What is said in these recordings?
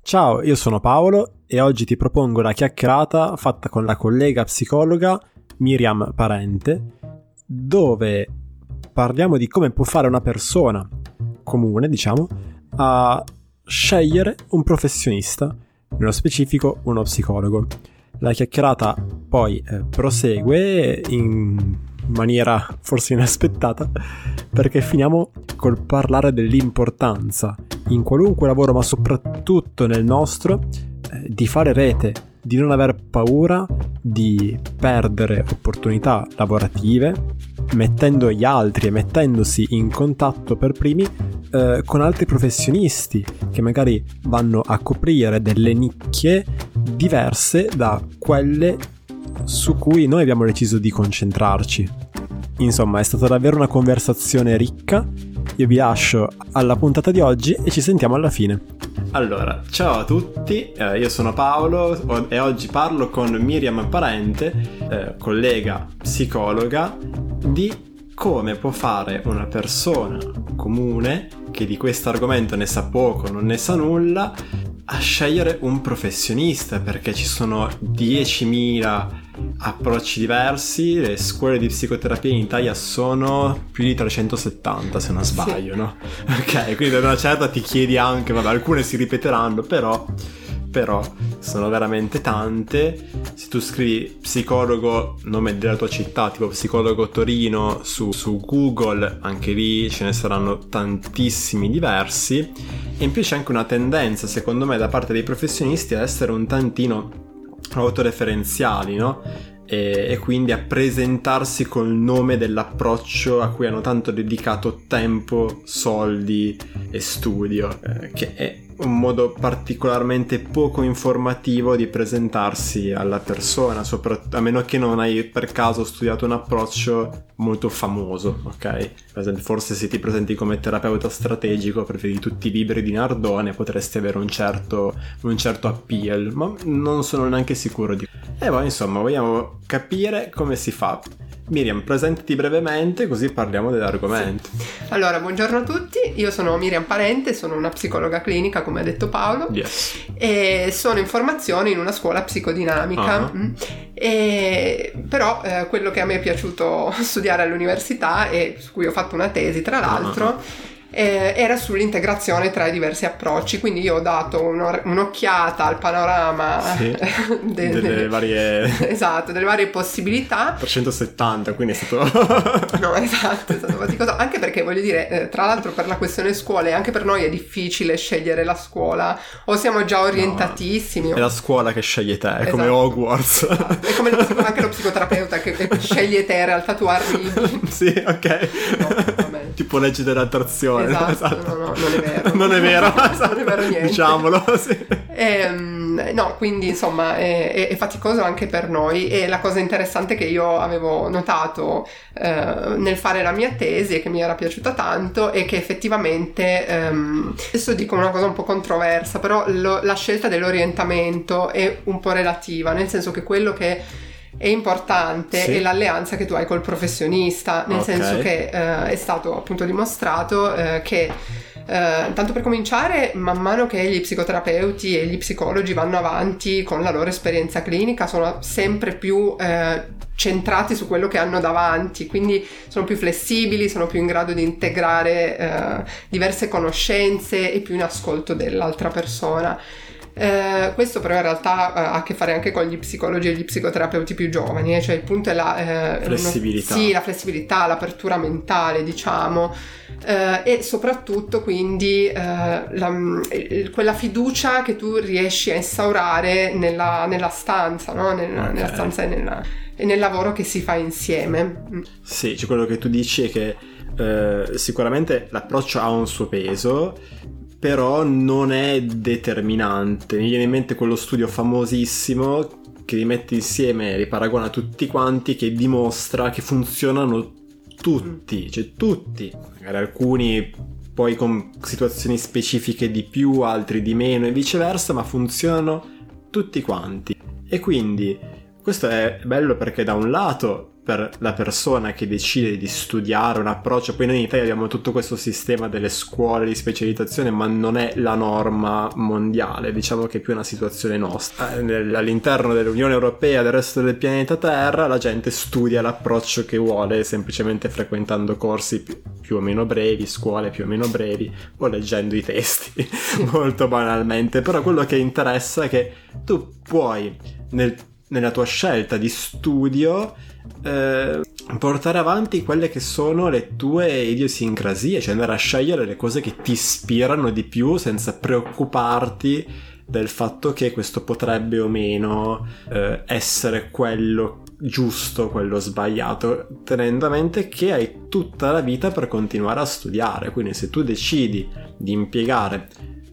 Ciao, io sono Paolo e oggi ti propongo una chiacchierata fatta con la collega psicologa Miriam Parente, dove parliamo di come può fare una persona comune, a scegliere un professionista, nello specifico uno psicologo. La chiacchierata poi prosegue in maniera forse inaspettata, perché finiamo col parlare dell'importanza in qualunque lavoro, ma soprattutto nel nostro, di fare rete, di non aver paura di perdere opportunità lavorative, mettendo gli altri e mettendosi in contatto per primi con altri professionisti che magari vanno a coprire delle nicchie diverse da quelle su cui noi abbiamo deciso di concentrarci. Insomma, è stata davvero una conversazione ricca. Io vi lascio alla puntata di oggi e ci sentiamo alla fine. Allora, ciao a tutti, io sono Paolo e oggi parlo con Miriam Parente, collega psicologa, di come può fare una persona comune che di questo argomento ne sa poco, non ne sa nulla, a scegliere un professionista, perché ci sono 10.000 approcci diversi. Le scuole di psicoterapia in Italia sono più di 370, se non sbaglio, sì. No? Ok, quindi da una certa ti chiedi anche, vabbè, alcune si ripeteranno, però sono veramente tante. Se tu scrivi psicologo, nome della tua città, tipo psicologo Torino su Google, anche lì ce ne saranno tantissimi diversi. E in più c'è anche una tendenza, secondo me, da parte dei professionisti ad essere un tantino autoreferenziali, no? E quindi a presentarsi col nome dell'approccio a cui hanno tanto dedicato tempo, soldi e studio, che è un modo particolarmente poco informativo di presentarsi alla persona, a meno che non hai per caso studiato un approccio molto famoso, ok? Per esempio, forse se ti presenti come terapeuta strategico, prevedi tutti i libri di Nardone, potresti avere un certo appeal, ma non sono neanche sicuro di... E poi insomma vogliamo capire come si fa. Miriam, presentati brevemente così parliamo dell'argomento. Sì. Allora, buongiorno a tutti, io sono Miriam Parente, sono una psicologa clinica, come ha detto Paolo, yes. E sono in formazione in una scuola psicodinamica. Però quello che a me è piaciuto studiare all'università e su cui ho fatto una tesi, tra l'altro, era sull'integrazione tra i diversi approcci, quindi io ho dato un'occhiata al panorama, sì, delle varie... Esatto, delle varie possibilità. 370, quindi è stato... No, esatto, è stato faticoso, anche perché voglio dire, tra l'altro per la questione scuole, anche per noi è difficile scegliere la scuola, o siamo già orientatissimi. È la scuola che sceglie te, è esatto. Come Hogwarts. Esatto. È come anche lo psicoterapeuta che sceglie te, in realtà tu arrivi. Sì, ok. No, tipo legge dell'attrazione. Esatto. No, non è vero. Non è vero, non è vero niente. Diciamolo, sì. No, quindi insomma è faticoso anche per noi, e la cosa interessante che io avevo notato nel fare la mia tesi e che mi era piaciuta tanto è che effettivamente, adesso dico una cosa un po' controversa, però la scelta dell'orientamento è un po' relativa, nel senso che quello che è importante, sì, è l'alleanza che tu hai col professionista, nel senso che è stato appunto dimostrato che tanto per cominciare, man mano che gli psicoterapeuti e gli psicologi vanno avanti con la loro esperienza clinica, sono sempre più centrati su quello che hanno davanti, quindi sono più flessibili, sono più in grado di integrare diverse conoscenze e più in ascolto dell'altra persona. Questo però in realtà ha a che fare anche con gli psicologi e gli psicoterapeuti più giovani, cioè il punto è la flessibilità. La flessibilità, l'apertura mentale, diciamo, e soprattutto quindi quella fiducia che tu riesci a instaurare nella stanza, no? Nella stanza e nel lavoro che si fa insieme. Sì, cioè quello che tu dici è che sicuramente l'approccio ha un suo peso, però non è determinante. Mi viene in mente quello studio famosissimo che li mette insieme, li paragona tutti quanti, che dimostra che funzionano tutti, cioè tutti, magari alcuni poi con situazioni specifiche di più, altri di meno e viceversa, ma funzionano tutti quanti. E quindi questo è bello perché da un lato per la persona che decide di studiare un approccio. Poi noi in Italia abbiamo tutto questo sistema delle scuole di specializzazione, ma non è la norma mondiale, diciamo che è più una situazione nostra. All'interno dell'Unione Europea, del resto del pianeta Terra, la gente studia l'approccio che vuole semplicemente frequentando corsi più o meno brevi, scuole più o meno brevi, o leggendo i testi molto banalmente. Però quello che interessa è che tu puoi nella tua scelta di studio portare avanti quelle che sono le tue idiosincrasie, cioè andare a scegliere le cose che ti ispirano di più senza preoccuparti del fatto che questo potrebbe o meno essere quello giusto, quello sbagliato, tenendo a mente che hai tutta la vita per continuare a studiare. Quindi se tu decidi di impiegare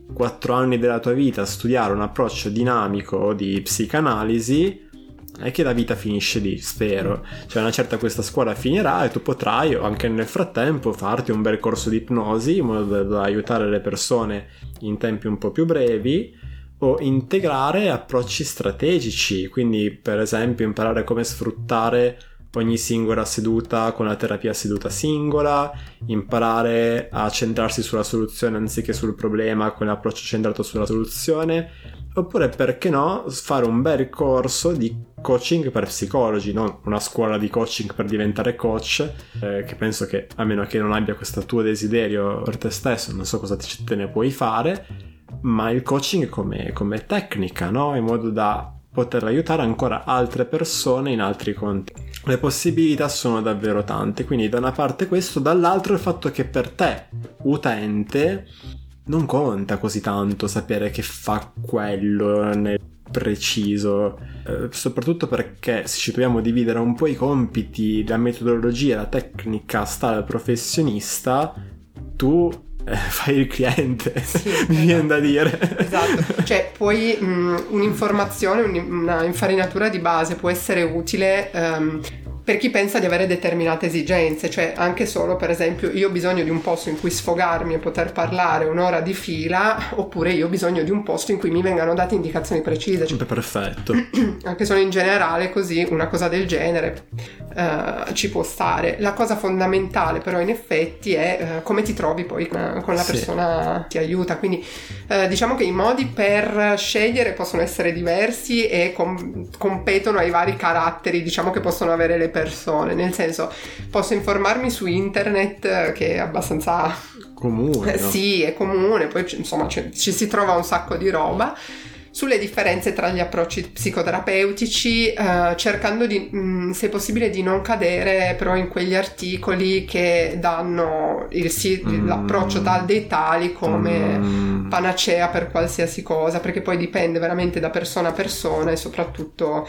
4 anni della tua vita a studiare un approccio dinamico di psicanalisi, è che la vita finisce lì, spero. Cioè una certa questa scuola finirà e tu potrai anche nel frattempo farti un bel corso di ipnosi in modo da aiutare le persone in tempi un po' più brevi, o integrare approcci strategici, quindi per esempio imparare come sfruttare ogni singola seduta con la terapia seduta singola, imparare a centrarsi sulla soluzione anziché sul problema con l'approccio centrato sulla soluzione, oppure perché no fare un bel corso di coaching per psicologi, non una scuola di coaching per diventare coach, che penso che a meno che non abbia questo tuo desiderio per te stesso non so cosa te ne puoi fare, ma il coaching come tecnica, no? In modo da poter aiutare ancora altre persone in altri contesti. Le possibilità sono davvero tante, quindi da una parte questo, dall'altro il fatto che per te, utente, non conta così tanto sapere che fa quello nel preciso, soprattutto perché se ci dobbiamo dividere un po' i compiti, la metodologia, la tecnica sta al professionista, tu fai il cliente, sì, mi viene da dire. Esatto, cioè poi un'informazione, una infarinatura di base può essere utile per chi pensa di avere determinate esigenze, cioè anche solo per esempio io ho bisogno di un posto in cui sfogarmi e poter parlare un'ora di fila, oppure io ho bisogno di un posto in cui mi vengano date indicazioni precise, cioè, perfetto. Anche solo in generale così una cosa del genere ci può stare. La cosa fondamentale però in effetti è come ti trovi poi con la persona che ti aiuta, quindi diciamo che i modi per scegliere possono essere diversi e competono ai vari caratteri, diciamo, che possono avere le persone, nel senso, posso informarmi su internet, che è abbastanza comune, no? Sì, è comune, poi insomma ci si trova un sacco di roba sulle differenze tra gli approcci psicoterapeutici, cercando di, se possibile, di non cadere però in quegli articoli che danno l'approccio tal dei tali come panacea per qualsiasi cosa, perché poi dipende veramente da persona a persona e soprattutto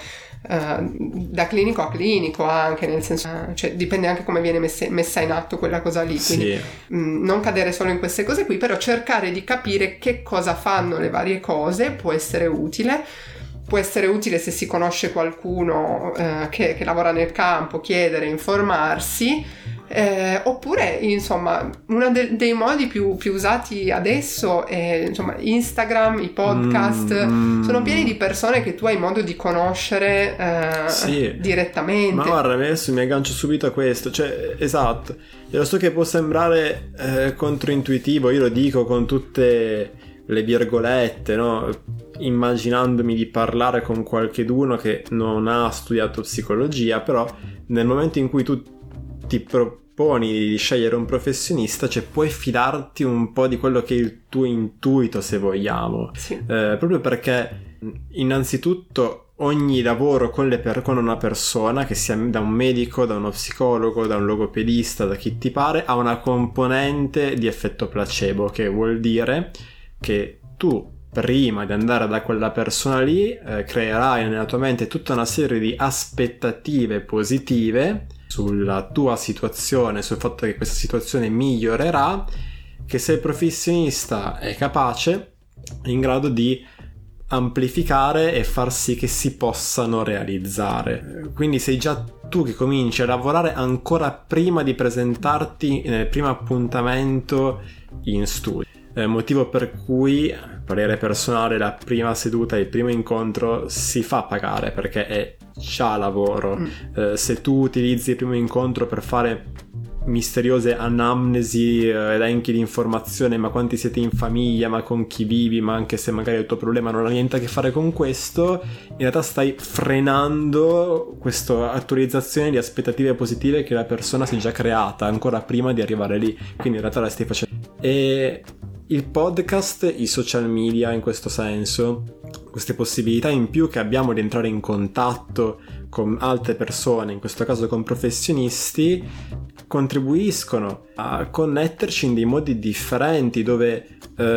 da clinico a clinico, anche nel senso, cioè dipende anche come viene messa in atto quella cosa lì, quindi non cadere solo in queste cose qui, però cercare di capire che cosa fanno le varie cose può essere utile se si conosce qualcuno che lavora nel campo, chiedere, informarsi, oppure insomma uno dei modi più usati adesso è insomma Instagram, i podcast, sono pieni di persone che tu hai modo di conoscere direttamente. Ma guarda, adesso mi aggancio subito a questo, cioè esatto, io lo so che può sembrare controintuitivo, io lo dico con tutte le virgolette, no? Immaginandomi di parlare con qualcheduno che non ha studiato psicologia, però nel momento in cui tu ti proponi di scegliere un professionista, cioè puoi fidarti un po' di quello che è il tuo intuito, se vogliamo, proprio perché innanzitutto ogni lavoro con una persona, che sia da un medico, da uno psicologo, da un logopedista, da chi ti pare, ha una componente di effetto placebo, che vuol dire che tu prima di andare da quella persona lì creerai nella tua mente tutta una serie di aspettative positive sulla tua situazione, sul fatto che questa situazione migliorerà, che se il professionista è capace, è in grado di amplificare e far sì che si possano realizzare. Quindi sei già tu che cominci a lavorare ancora prima di presentarti nel primo appuntamento in studio. motivo per cui, parere personale, la prima seduta, il primo incontro si fa pagare perché è già lavoro. Se tu utilizzi il primo incontro per fare misteriose anamnesi, elenchi di informazione, ma quanti siete in famiglia, ma con chi vivi, ma anche se magari il tuo problema non ha niente a che fare con questo, in realtà stai frenando questa attualizzazione di aspettative positive che la persona si è già creata ancora prima di arrivare lì, quindi in realtà la stai facendo. E il podcast, i social media in questo senso, queste possibilità in più che abbiamo di entrare in contatto con altre persone, in questo caso con professionisti, contribuiscono a connetterci in dei modi differenti, dove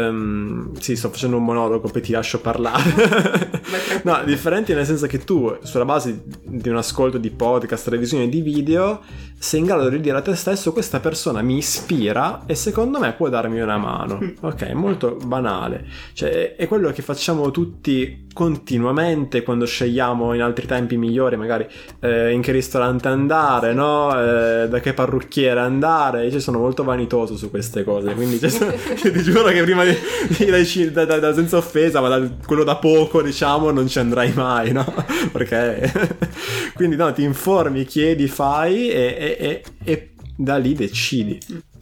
sì, sto facendo un monologo, poi ti lascio parlare. No, differenti nel senso che tu, sulla base di un ascolto di podcast, televisione, di video, sei in grado di dire a te stesso: questa persona mi ispira e secondo me può darmi una mano. Ok, molto banale, cioè è quello che facciamo tutti continuamente quando scegliamo in altri tempi migliori magari in che ristorante andare, no? Da che parrucchiere andare. Io sono molto vanitoso su queste cose, quindi ti giuro che prima da senza offesa, ma da quello da poco, diciamo, non ci andrai mai, no? Perché quindi no, ti informi, chiedi, fai e da lì decidi.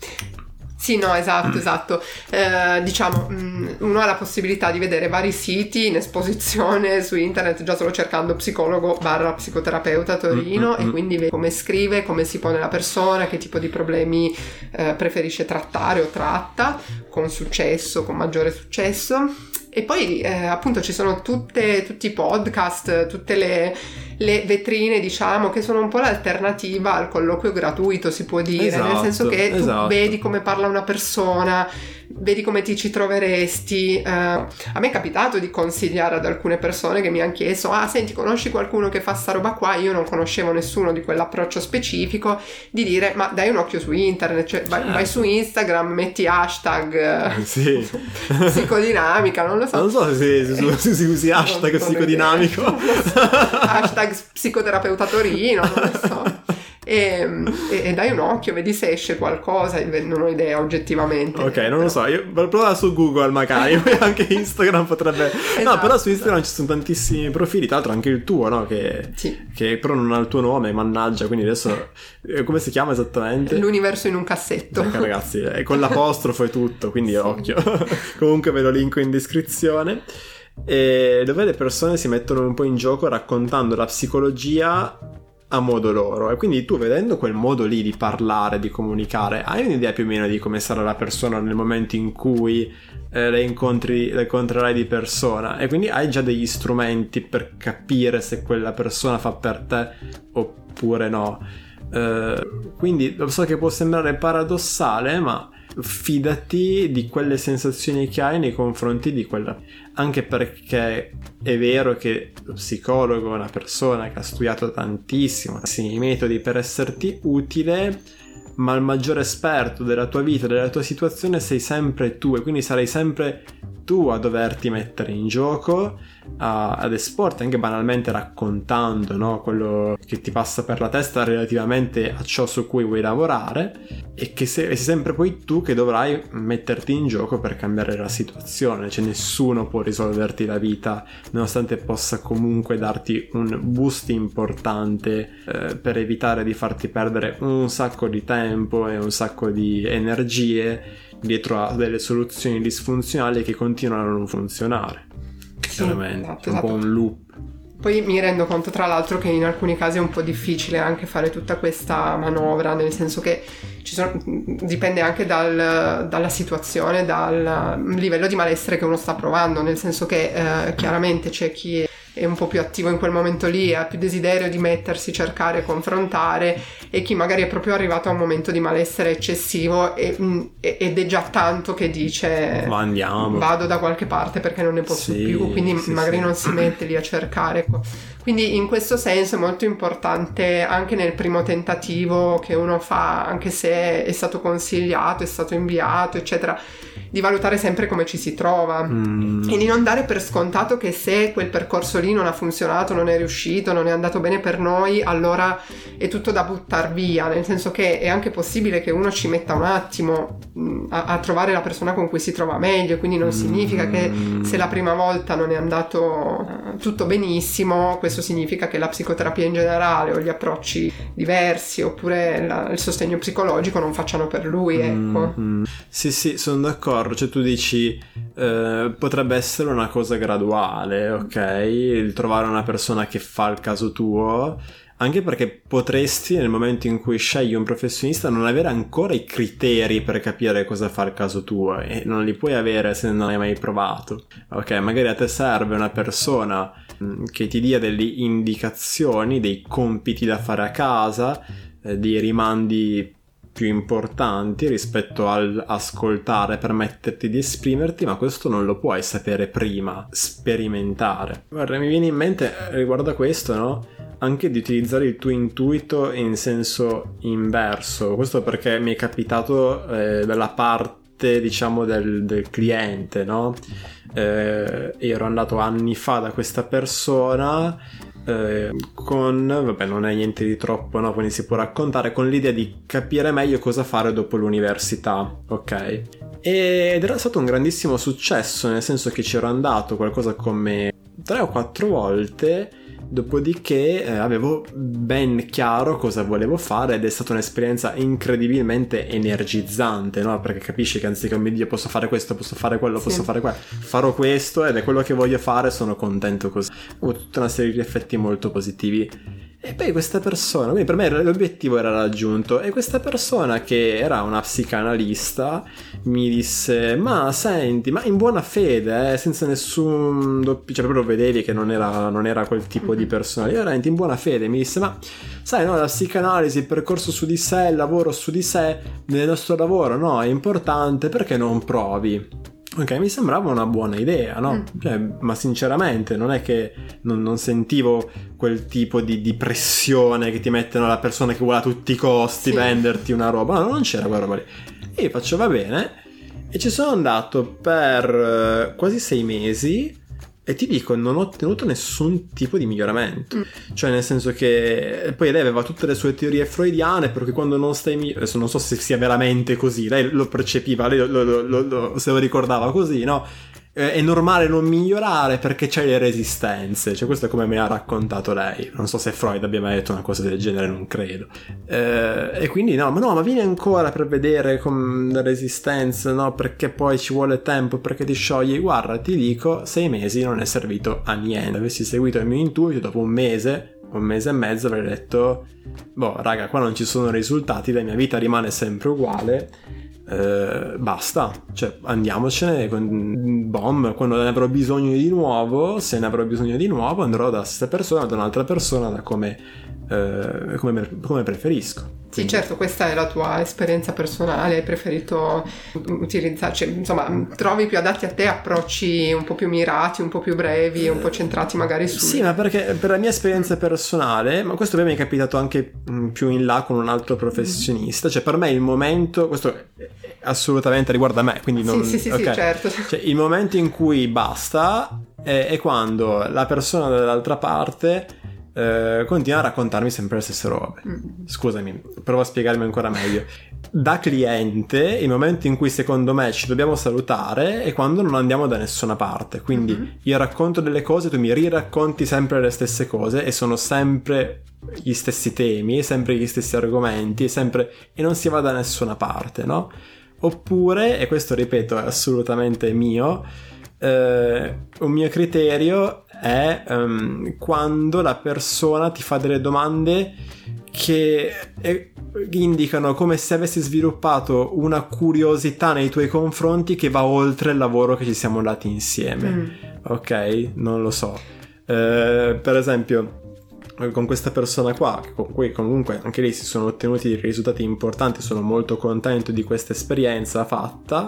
Sì, no, esatto. Diciamo, uno ha la possibilità di vedere vari siti in esposizione su internet, già solo cercando psicologo/psicoterapeuta Torino, e quindi vede come scrive, come si pone la persona, che tipo di problemi preferisce trattare o tratta, con successo, con maggiore successo. E poi appunto ci sono tutti i podcast, tutte le vetrine, diciamo, che sono un po' l'alternativa al colloquio gratuito, si può dire, esatto, nel senso che tu esatto. vedi come parla una persona, vedi come ti ci troveresti. A me è capitato di consigliare ad alcune persone che mi hanno chiesto: senti, conosci qualcuno che fa sta roba qua? Io non conoscevo nessuno di quell'approccio specifico, di dire: ma dai un occhio su internet, cioè vai su Instagram, metti hashtag sì. psicodinamica, non lo so. Non so se si usi hashtag psicodinamico. Hashtag psicoterapeuta Torino, non lo so. E dai un occhio, vedi se esce qualcosa. Non ho idea oggettivamente. Ok, non lo so, io prova su Google magari. Anche Instagram potrebbe. Esatto, no, però su Instagram ci sono tantissimi profili, tra l'altro anche il tuo, no? Che però non ha il tuo nome, mannaggia, quindi adesso come si chiama esattamente? L'universo in un cassetto. Ecco, ragazzi, con l'apostrofo e tutto, quindi occhio. Comunque ve lo linko in descrizione. E dove le persone si mettono un po' in gioco raccontando la psicologia a modo loro, e quindi tu, vedendo quel modo lì di parlare, di comunicare, hai un'idea più o meno di come sarà la persona nel momento in cui le incontrerai di persona, e quindi hai già degli strumenti per capire se quella persona fa per te oppure no. Quindi lo so che può sembrare paradossale, ma fidati di quelle sensazioni che hai nei confronti di quella, anche perché è vero che lo psicologo è una persona che ha studiato tantissimo i metodi per esserti utile, ma il maggiore esperto della tua vita, della tua situazione sei sempre tu, e quindi sarai sempre tu a doverti mettere in gioco, ad esporti anche banalmente raccontando, no, quello che ti passa per la testa relativamente a ciò su cui vuoi lavorare, e che sei sempre poi tu che dovrai metterti in gioco per cambiare la situazione. Cioè nessuno può risolverti la vita, nonostante possa comunque darti un boost importante per evitare di farti perdere un sacco di tempo e un sacco di energie dietro a delle soluzioni disfunzionali che continuano a non funzionare. Chiaramente, è un po' un loop. Poi mi rendo conto, tra l'altro, che in alcuni casi è un po' difficile anche fare tutta questa manovra, nel senso che dipende anche dalla situazione, dal livello di malessere che uno sta provando, nel senso che chiaramente c'è chi è un po' più attivo in quel momento lì, ha più desiderio di mettersi, cercare, confrontare, e chi magari è proprio arrivato a un momento di malessere eccessivo ed è già tanto che dice: ma andiamo, vado da qualche parte perché non ne posso più, quindi magari non si mette lì a cercare. Quindi in questo senso è molto importante, anche nel primo tentativo che uno fa, anche se è stato consigliato, è stato inviato, eccetera, di valutare sempre come ci si trova e di non dare per scontato che se quel percorso lì non ha funzionato, non è riuscito, non è andato bene per noi, allora è tutto da buttar via, nel senso che è anche possibile che uno ci metta un attimo a trovare la persona con cui si trova meglio, quindi non significa che se la prima volta non è andato tutto benissimo, questo significa che la psicoterapia in generale o gli approcci diversi oppure il sostegno psicologico non facciano per lui, ecco. Sì, sono d'accordo, cioè tu dici potrebbe essere una cosa graduale, ok? Il trovare una persona che fa il caso tuo, anche perché potresti nel momento in cui scegli un professionista non avere ancora i criteri per capire cosa fa il caso tuo, e non li puoi avere se non hai mai provato. Ok, magari a te serve una persona che ti dia delle indicazioni, dei compiti da fare a casa, dei rimandi più importanti rispetto all'ascoltare, permetterti di esprimerti, ma questo non lo puoi sapere prima, sperimentare. Guarda, mi viene in mente riguardo a questo, no? Anche di utilizzare il tuo intuito in senso inverso. Questo perché mi è capitato dalla parte, diciamo, del cliente, no? Ero andato anni fa da questa persona con, vabbè, non è niente di troppo, no? Quindi si può raccontare, con l'idea di capire meglio cosa fare dopo l'università, ok? Ed era stato un grandissimo successo, nel senso che c'ero andato qualcosa come 3 o 4 volte. Dopodiché avevo ben chiaro cosa volevo fare, ed è stata un'esperienza incredibilmente energizzante, no? Perché capisci che anziché, oh mio Dio, posso fare questo, posso fare quello, posso fare quello, farò questo ed è quello che voglio fare, sono contento così. Ho avuto tutta una serie di effetti molto positivi. E poi questa persona, quindi per me l'obiettivo era raggiunto, e questa persona, che era una psicanalista, mi disse: ma senti, ma in buona fede, senza nessun doppio, cioè proprio vedevi che non era quel tipo di persona, io veramente in buona fede mi disse: ma sai, no, la psicanalisi, il percorso su di sé, il lavoro su di sé, nel nostro lavoro, no, è importante, perché non provi? Ok, mi sembrava una buona idea, no? Cioè, ma sinceramente non è che non sentivo quel tipo di pressione che ti mettono la persona che vuole a tutti i costi venderti una roba. No, non c'era quella roba lì. E io faccio: va bene. E ci sono andato per quasi 6 mesi e ti dico, non ho ottenuto nessun tipo di miglioramento. Cioè, nel senso che poi lei aveva tutte le sue teorie freudiane, perché quando non stai adesso non so se sia veramente così, lei lo percepiva, lei se lo ricordava così, no? È normale non migliorare perché c'hai le resistenze, cioè questo è come me l'ha raccontato lei. Non so se Freud abbia mai detto una cosa del genere, non credo. E quindi ma vieni ancora per vedere con le resistenze, no? Perché poi ci vuole tempo, perché ti sciogli. Guarda, ti dico, 6 mesi non è servito a niente. Avessi seguito il mio intuito, dopo un mese e mezzo avrei detto: boh, raga, qua non ci sono risultati, la mia vita rimane sempre uguale. Basta, cioè andiamocene, quando ne avrò bisogno di nuovo, se ne avrò bisogno di nuovo, andrò da questa persona, da un'altra persona, da come preferisco. Sì, certo, questa è la tua esperienza personale, hai preferito utilizzare, cioè, insomma, trovi più adatti a te approcci un po' più mirati, un po' più brevi, un po' centrati magari su... Sì, ma perché per la mia esperienza personale, ma questo poi mi è capitato anche più in là con un altro professionista, cioè per me il momento, questo assolutamente riguarda me, quindi non... Sì, okay. certo. Cioè il momento in cui basta è quando la persona dall'altra parte continua a raccontarmi sempre le stesse robe. Scusami, provo a spiegarmi ancora meglio. Da cliente, il momento in cui secondo me ci dobbiamo salutare è quando non andiamo da nessuna parte. Quindi io racconto delle cose, tu mi riracconti sempre le stesse cose, e sono sempre gli stessi temi, sempre gli stessi argomenti, e non si va da nessuna parte, no? Oppure, e questo ripeto è assolutamente mio, un mio criterio è quando la persona ti fa delle domande che indicano come se avessi sviluppato una curiosità nei tuoi confronti che va oltre il lavoro che ci siamo dati insieme. Ok? Non lo so. Per esempio, con questa persona qua, con cui comunque anche lì si sono ottenuti dei risultati importanti, sono molto contento di questa esperienza fatta.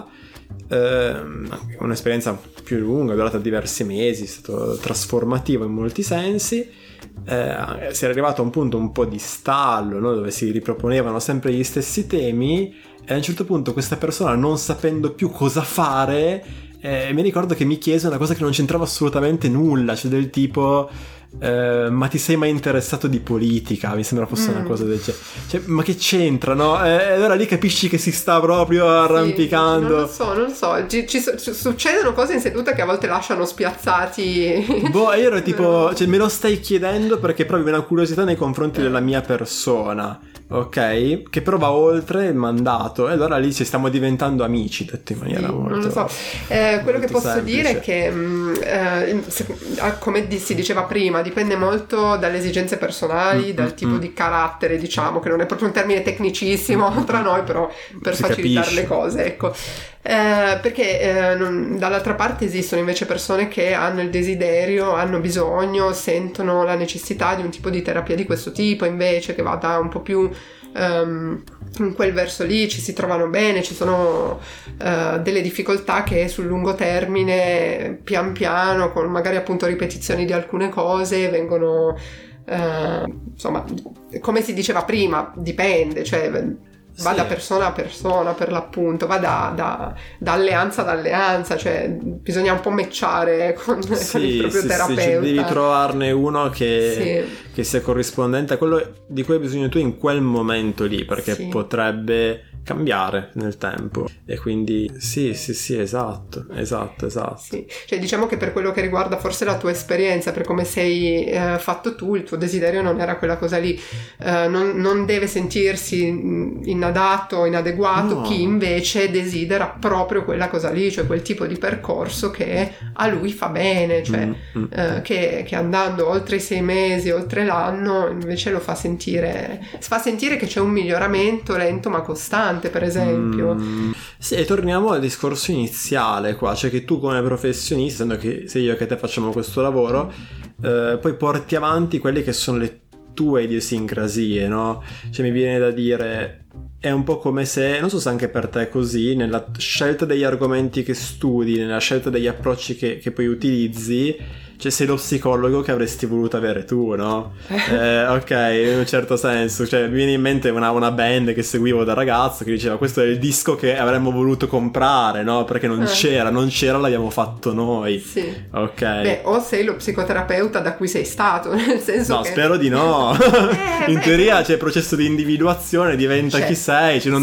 Un'esperienza più lunga, durata diversi mesi, è stato trasformativo in molti sensi. Si era arrivato a un punto un po' di stallo, no? Dove si riproponevano sempre gli stessi temi, e a un certo punto questa persona, non sapendo più cosa fare, mi ricordo che mi chiese una cosa che non c'entrava assolutamente nulla, cioè del tipo ma ti sei mai interessato di politica? Mi sembra fosse una cosa del genere. Cioè, ma che c'entra, no? E allora lì capisci che si sta proprio arrampicando. Sì, non lo so. Ci succedono cose in seduta che a volte lasciano spiazzati. Boh, io ero tipo, cioè, me lo stai chiedendo perché provi una curiosità nei confronti della mia persona, ok? Che però va oltre il mandato, e allora lì ci stiamo diventando amici, detto in maniera molto... Non lo so. Quello che posso semplice. dire è che, come si diceva prima, dipende molto dalle esigenze personali, dal tipo di carattere, diciamo, che non è proprio un termine tecnicissimo tra noi, però per si facilitare capisce. le cose, ecco. Perché dall'altra parte esistono invece persone che hanno il desiderio, hanno bisogno, sentono la necessità di un tipo di terapia di questo tipo, invece, che vada un po' più in quel verso lì, ci si trovano bene, ci sono delle difficoltà che sul lungo termine, pian piano, con magari appunto ripetizioni di alcune cose, vengono insomma, come si diceva prima, dipende, cioè va da persona a persona, per l'appunto, va da alleanza ad alleanza, cioè bisogna un po' matchare con il proprio terapeuta. Cioè devi trovarne uno che sia corrispondente a quello di cui hai bisogno tu in quel momento lì, perché potrebbe cambiare nel tempo, e quindi sì, esatto. Sì. Cioè diciamo che per quello che riguarda forse la tua esperienza, per come sei fatto tu, il tuo desiderio non era quella cosa lì, non deve sentirsi inadatto, inadeguato chi invece desidera proprio quella cosa lì, cioè quel tipo di percorso che a lui fa bene, cioè che andando oltre i 6 mesi, oltre l'anno, invece lo fa sentire che c'è un miglioramento lento ma costante, per esempio. Sì, e torniamo al discorso iniziale qua, cioè che tu come professionista, essendo che sia io che te facciamo questo lavoro, poi porti avanti quelle che sono le tue idiosincrasie, no? Cioè mi viene da dire, è un po' come se, non so se anche per te è così, nella scelta degli argomenti che studi, nella scelta degli approcci che poi utilizzi, cioè sei lo psicologo che avresti voluto avere tu, no? Ok, in un certo senso, cioè mi viene in mente una band che seguivo da ragazzo che diceva questo è il disco che avremmo voluto comprare, no? Perché non c'era, l'abbiamo fatto noi. Sì. Ok. Beh, o sei lo psicoterapeuta da cui sei stato, nel senso no, che... spero di no. In teoria c'è il processo di individuazione, diventa chi sei, cioè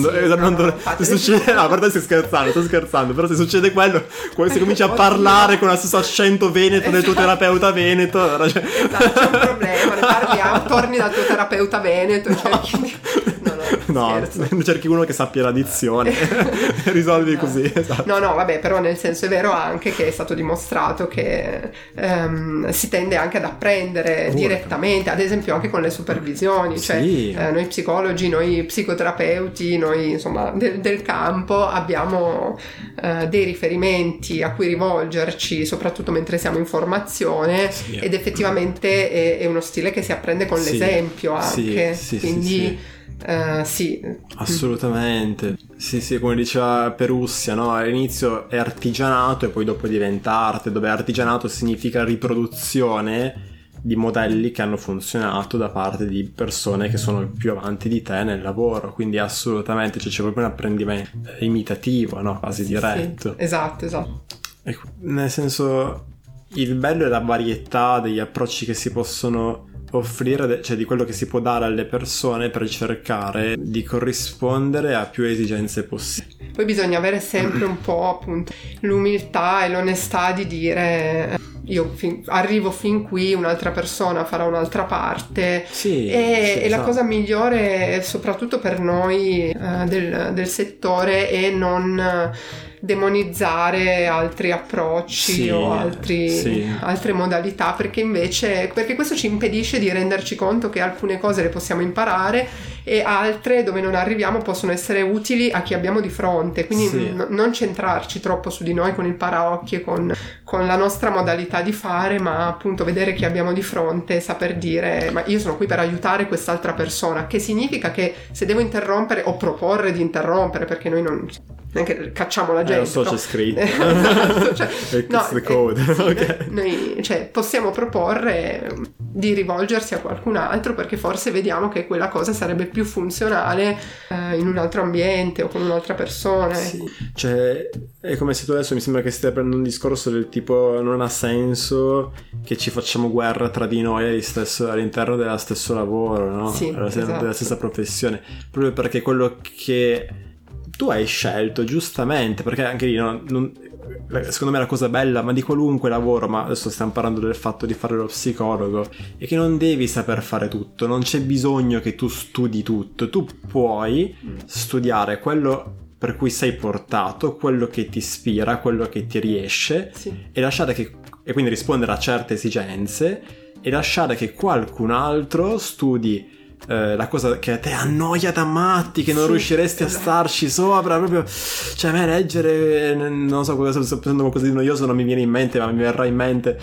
se succede... No, a parte sto scherzando, però se succede quello, se cominci a parlare con lo stesso accento veneto del tuo terapeuta veneto, allora c'è un problema, ne parliamo, torni dal tuo terapeuta veneto e cerchi di... No, cerchi uno che sappia l'addizione risolvi così, esatto. No, vabbè, però nel senso è vero anche che è stato dimostrato che si tende anche ad apprendere direttamente, ad esempio anche con le supervisioni, cioè noi psicologi, noi psicoterapeuti, noi insomma del campo abbiamo dei riferimenti a cui rivolgerci, soprattutto mentre siamo in formazione, ed effettivamente è uno stile che si apprende con l'esempio anche, quindi sì, assolutamente. Sì, come diceva Perussia, no? All'inizio è artigianato e poi dopo diventa arte, dove artigianato significa riproduzione di modelli che hanno funzionato da parte di persone che sono più avanti di te nel lavoro, quindi assolutamente c'è proprio un apprendimento imitativo, no? Quasi diretto. Sì, esatto. Nel senso, il bello è la varietà degli approcci che si possono offrire, cioè di quello che si può dare alle persone per cercare di corrispondere a più esigenze possibili. Poi bisogna avere sempre un po' appunto l'umiltà e l'onestà di dire io arrivo fin qui, un'altra persona farà un'altra parte, e la cosa migliore soprattutto per noi del settore è non demonizzare altri approcci o altre modalità, perché questo ci impedisce di renderci conto che alcune cose le possiamo imparare e altre dove non arriviamo possono essere utili a chi abbiamo di fronte, quindi non centrarci troppo su di noi con il paraocchi e con la nostra modalità di fare, ma appunto vedere chi abbiamo di fronte e saper dire ma io sono qui per aiutare quest'altra persona, che significa che se devo interrompere o proporre di interrompere, perché noi non... non è che cacciamo la gente, lo so, no? c'è scritto. Cioè, it's the code. sì, Okay. noi possiamo proporre di rivolgersi a qualcun altro perché forse vediamo che quella cosa sarebbe più funzionale in un altro ambiente o con un'altra persona. Sì, cioè è come se tu adesso mi sembra che stai prendendo un discorso del tipo non ha senso che ci facciamo guerra tra di noi all'interno dello stesso lavoro, no? Sì, esatto. Della stessa professione, proprio perché quello che tu hai scelto giustamente, perché anche lì secondo me la cosa bella, ma di qualunque lavoro, ma adesso stiamo parlando del fatto di fare lo psicologo, è che non devi saper fare tutto, non c'è bisogno che tu studi tutto, tu puoi studiare quello per cui sei portato, quello che ti ispira, quello che ti riesce, Sì. e quindi rispondere a certe esigenze e lasciare che qualcun altro studi la cosa che a te annoia da matti, che non riusciresti a starci sopra, proprio, cioè a me leggere, non so, cosa sto pensando, qualcosa di noioso non mi viene in mente, ma mi verrà in mente,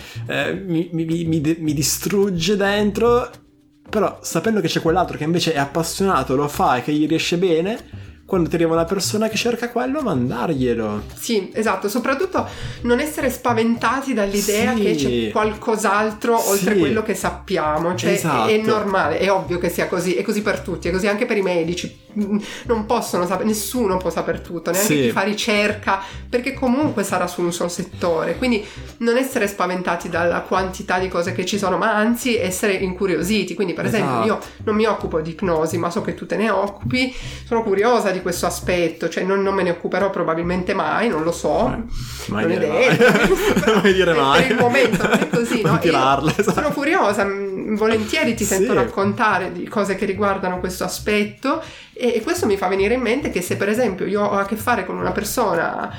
mi distrugge dentro, però sapendo che c'è quell'altro che invece è appassionato, lo fa e che gli riesce bene, quando ti arriva una persona che cerca quello, mandarglielo. Sì, esatto, soprattutto non essere spaventati dall'idea che c'è qualcos'altro oltre quello che sappiamo, cioè è normale, è ovvio che sia così, è così per tutti, è così anche per i medici, non possono sapere, nessuno può saper tutto, neanche chi fa ricerca, perché comunque sarà su un solo settore, quindi non essere spaventati dalla quantità di cose che ci sono, ma anzi essere incuriositi, quindi per esempio io non mi occupo di ipnosi, ma so che tu te ne occupi, sono curiosa di questo aspetto, cioè non me ne occuperò probabilmente mai, non lo so, mai non dire è detto, mai dire mai per il momento non è così, no? Sono curiosa, volentieri ti sento raccontare di cose che riguardano questo aspetto, e questo mi fa venire in mente che se per esempio io ho a che fare con una persona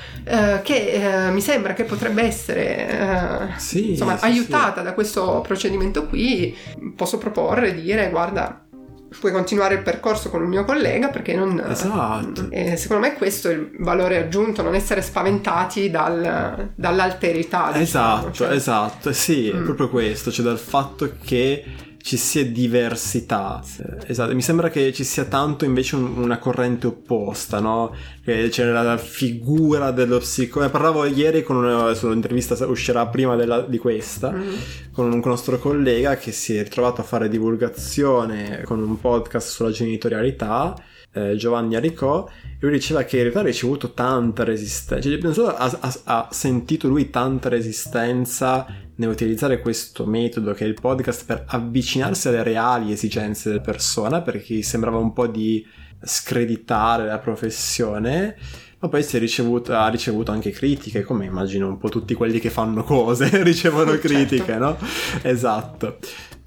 che mi sembra che potrebbe essere aiutata da questo procedimento qui, posso proporre e dire: guarda, puoi continuare il percorso con il mio collega, perché non... Esatto. Secondo me questo è il valore aggiunto, non essere spaventati dall'alterità, diciamo. Esatto, sì, è proprio questo, cioè dal fatto che ci sia diversità. Esatto, mi sembra che ci sia tanto invece una corrente opposta, no? Che c'è la figura dello psicologo. Parlavo ieri con un'intervista, uscirà prima di questa, con un nostro collega che si è ritrovato a fare divulgazione con un podcast sulla genitorialità, Giovanni Aricò, e lui diceva che in realtà ha ricevuto tanta resistenza, cioè non solo ha sentito lui tanta resistenza nell'utilizzare questo metodo che è il podcast per avvicinarsi alle reali esigenze della persona, perché sembrava un po' di screditare la professione, ma poi ha ricevuto anche critiche, come immagino un po' tutti quelli che fanno cose ricevono critiche, no? Esatto.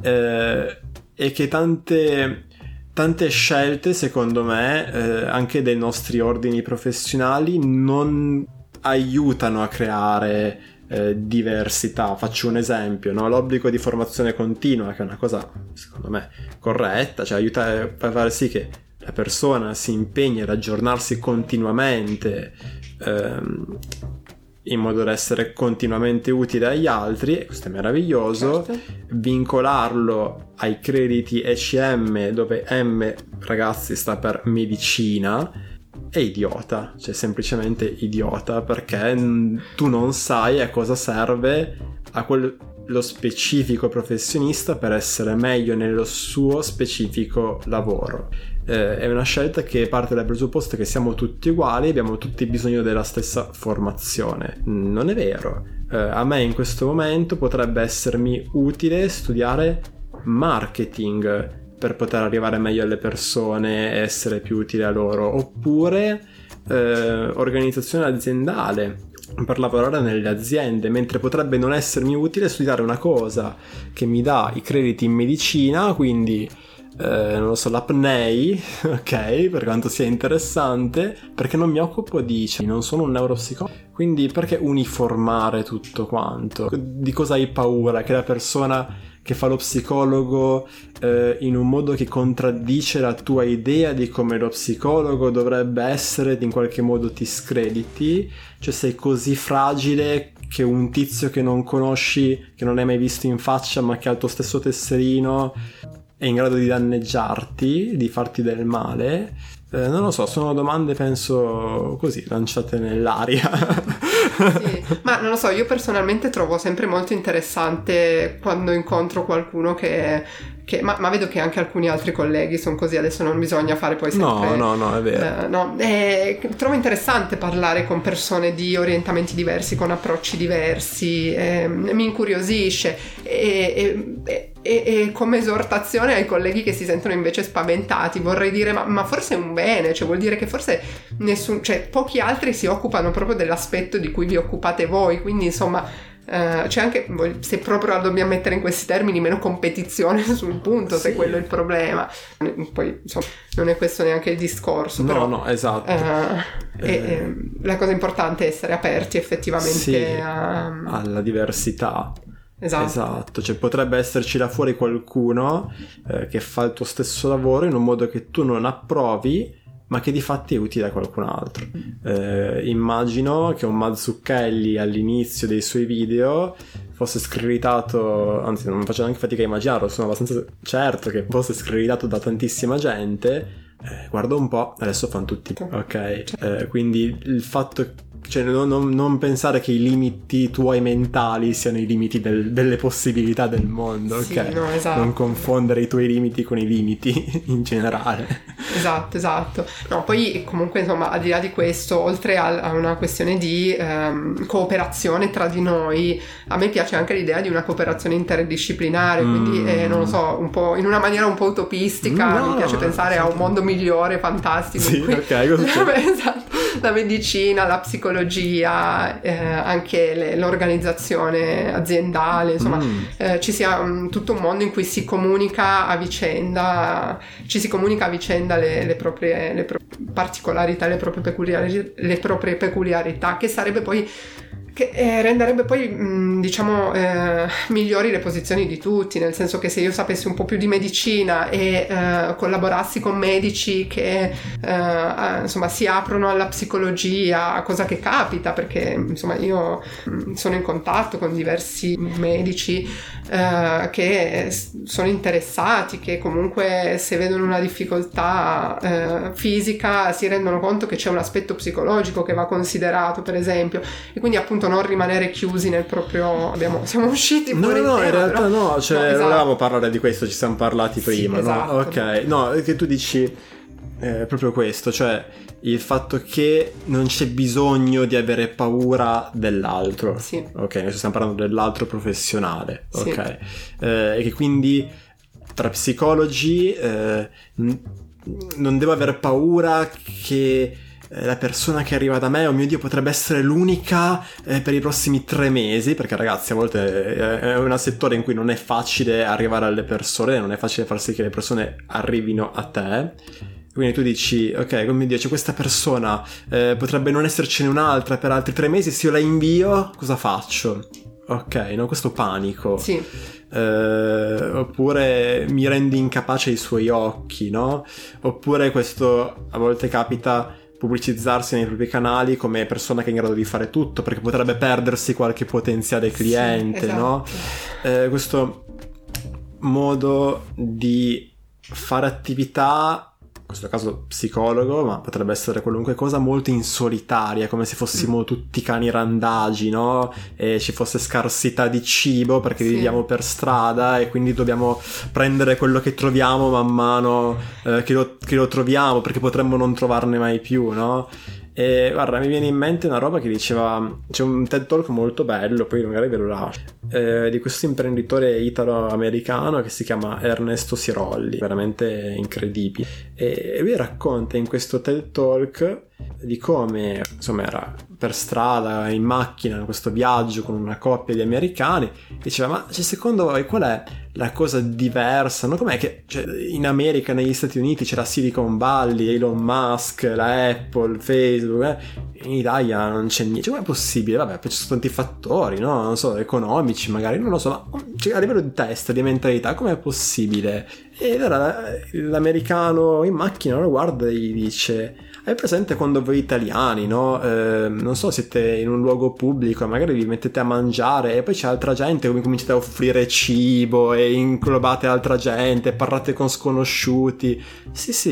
E che tante scelte, secondo me, anche dei nostri ordini professionali non aiutano a creare diversità. Faccio un esempio, no? L'obbligo di formazione continua, che è una cosa secondo me corretta, cioè aiuta a fare sì che la persona si impegni ad aggiornarsi continuamente, in modo da essere continuamente utile agli altri, e questo è meraviglioso. Vincolarlo ai crediti ECM, dove M, ragazzi, sta per medicina, è idiota, cioè semplicemente idiota, perché tu non sai a cosa serve a lo specifico professionista per essere meglio nello suo specifico lavoro. È una scelta che parte dal presupposto che siamo tutti uguali, abbiamo tutti bisogno della stessa formazione. Non è vero. A me in questo momento potrebbe essermi utile studiare marketing per poter arrivare meglio alle persone e essere più utile a loro, oppure organizzazione aziendale per lavorare nelle aziende, mentre potrebbe non essermi utile studiare una cosa che mi dà i crediti in medicina, quindi non lo so, l'apnei, ok, per quanto sia interessante, perché non mi occupo non sono un neuropsicologo, quindi perché uniformare tutto quanto? Di cosa hai paura? Che la persona che fa lo psicologo in un modo che contraddice la tua idea di come lo psicologo dovrebbe essere, in qualche modo ti screditi? Cioè sei così fragile che un tizio che non conosci, che non hai mai visto in faccia ma che ha il tuo stesso tesserino, è in grado di danneggiarti, di farti del male? Non lo so, sono domande penso così, lanciate nell'aria. Sì, ma non lo so, io personalmente trovo sempre molto interessante quando incontro qualcuno ma vedo che anche alcuni altri colleghi sono così, adesso non bisogna fare poi sempre... No, è vero. Trovo interessante parlare con persone di orientamenti diversi, con approcci diversi, mi incuriosisce e come esortazione ai colleghi che si sentono invece spaventati vorrei dire ma forse è un bene, cioè vuol dire che forse pochi altri si occupano proprio dell'aspetto di cui vi occupate voi, quindi insomma c'è anche, se proprio la dobbiamo mettere in questi termini, meno competizione sul punto, sì. Se quello è il problema, poi insomma non è questo neanche il discorso, no, esatto. La cosa importante è essere aperti effettivamente, sì, alla diversità. Esatto, cioè potrebbe esserci là fuori qualcuno che fa il tuo stesso lavoro in un modo che tu non approvi, ma che di fatti è utile a qualcun altro. Immagino che un Mazzucchelli all'inizio dei suoi video fosse screditato, anzi non faccio neanche fatica a immaginarlo, sono abbastanza certo che fosse screditato da tantissima gente. Guarda un po', adesso fanno tutti, ok? Quindi il fatto, cioè non pensare che i limiti tuoi mentali siano i limiti delle possibilità del mondo, sì, ok? No, esatto. Non confondere i tuoi limiti con i limiti in generale. Esatto. No, poi comunque insomma, al di là di questo, oltre a una questione di cooperazione tra di noi, a me piace anche l'idea di una cooperazione interdisciplinare, quindi non lo so, un po' in una maniera un po' utopistica, mi piace pensare a un mondo migliore, fantastico. Sì, Esatto. La medicina, la psicologia, anche l'organizzazione aziendale, insomma, ci sia tutto un mondo in cui si comunica a vicenda, le proprie particolarità, le proprie peculiarità, che sarebbe poi renderebbe poi migliori le posizioni di tutti, nel senso che se io sapessi un po' più di medicina e collaborassi con medici che insomma si aprono alla psicologia, cosa che capita perché insomma io sono in contatto con diversi medici che sono interessati, che comunque se vedono una difficoltà fisica si rendono conto che c'è un aspetto psicologico che va considerato, per esempio, e quindi appunto non rimanere chiusi nel proprio siamo usciti fuori no in realtà però... no, cioè esatto. Volevamo parlare di questo, ci siamo parlati prima, sì, esatto. No? Ok, no, che tu dici proprio questo, cioè il fatto che non c'è bisogno di avere paura dell'altro, sì. Ok, noi stiamo parlando dell'altro professionale, sì. Ok, e che quindi tra psicologi non devo avere paura che la persona che arriva da me, oh mio Dio, potrebbe essere l'unica per i prossimi 3 mesi, perché ragazzi a volte è un settore in cui non è facile arrivare alle persone, non è facile far sì che le persone arrivino a te, quindi tu dici ok, oh mio Dio, c'è questa persona, potrebbe non essercene un'altra per altri 3 mesi, se io la invio cosa faccio? Ok, no, questo panico. Sì. Oppure mi rendo incapace ai suoi occhi, no? Oppure questo a volte capita, pubblicizzarsi nei propri canali come persona che è in grado di fare tutto, perché potrebbe perdersi qualche potenziale cliente, sì, esatto. No? Questo modo di fare attività, in questo caso psicologo, ma potrebbe essere qualunque cosa, molto in solitaria, come se fossimo tutti cani randagi, no? E ci fosse scarsità di cibo perché sì. Viviamo per strada e quindi dobbiamo prendere quello che troviamo man mano che lo troviamo, perché potremmo non trovarne mai più, no? E guarda, mi viene in mente una roba che diceva, c'è un TED Talk molto bello, poi magari ve lo lascio, di questo imprenditore italo-americano che si chiama Ernesto Sirolli, veramente incredibile, e lui racconta in questo TED Talk di come insomma era per strada in macchina in questo viaggio con una coppia di americani e diceva ma secondo voi qual è la cosa diversa, no? Com'è che in America, negli Stati Uniti c'era Silicon Valley, Elon Musk, la Apple, Facebook, in Italia non c'è niente, com'è possibile? Vabbè, poi ci sono tanti fattori, no? Non so, economici magari, non lo so, ma a livello di testa, di mentalità, com'è possibile? E allora l'americano in macchina lo guarda e gli dice: hai presente quando voi italiani, no? Non so, siete in un luogo pubblico, magari vi mettete a mangiare e poi c'è altra gente, come cominciate a offrire cibo e inglobate altra gente, parlate con sconosciuti. Sì,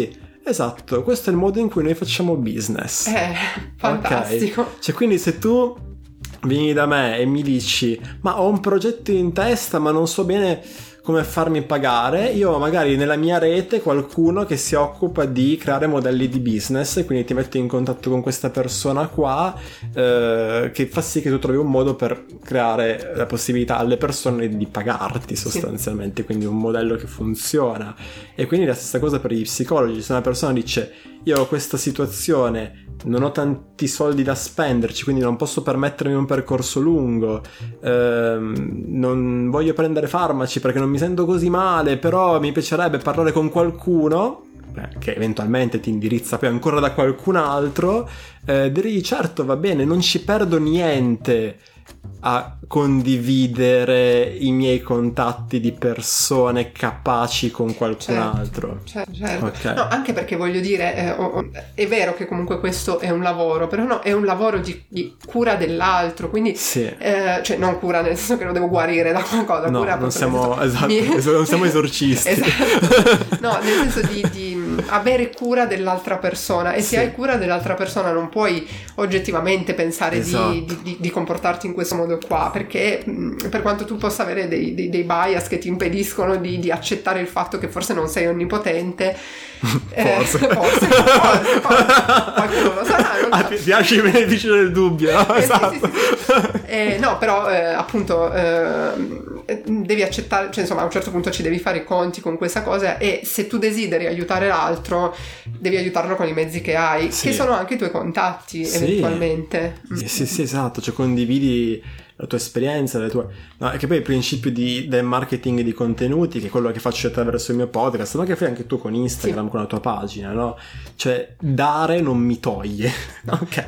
Esatto, questo è il modo in cui noi facciamo business. Fantastico. Okay. Cioè, quindi se tu vieni da me e mi dici ma ho un progetto in testa ma non so bene come farmi pagare, io magari nella mia rete qualcuno che si occupa di creare modelli di business, e quindi ti metto in contatto con questa persona qua, che fa sì che tu trovi un modo per creare la possibilità alle persone di pagarti sostanzialmente, quindi un modello che funziona. E quindi la stessa cosa per gli psicologi. Se una persona dice io ho questa situazione, non ho tanti soldi da spenderci, quindi non posso permettermi un percorso lungo, non voglio prendere farmaci perché non mi sento così male, però mi piacerebbe parlare con qualcuno che eventualmente ti indirizza poi ancora da qualcun altro, direi certo, va bene, non ci perdo niente a condividere i miei contatti di persone capaci con qualcun altro. Certo. Okay. No, anche perché voglio dire, è vero che comunque questo è un lavoro, però no, è un lavoro di cura dell'altro, quindi cioè non cura nel senso che lo devo guarire da qualcosa, no, cura non siamo non siamo esorcisti. Esatto. No, nel senso di avere cura dell'altra persona, e se hai cura dell'altra persona non puoi oggettivamente pensare di comportarti in questo modo qua, perché per quanto tu possa avere dei bias che ti impediscono di accettare il fatto che forse non sei onnipotente, forse qualcuno lo sarà, ti lasci il beneficio del dubbio, no? Esatto. Sì. No, però appunto devi accettare, cioè insomma a un certo punto ci devi fare i conti con questa cosa, e se tu desideri aiutare l'altro devi aiutarlo con i mezzi che hai, che sono anche i tuoi contatti eventualmente. Sì, esatto, cioè condividi la tua esperienza, le tue... No, è che poi il principio del marketing di contenuti, che è quello che faccio attraverso il mio podcast, ma che fai anche tu con Instagram, con la tua pagina, no? Cioè, dare non mi toglie, ok?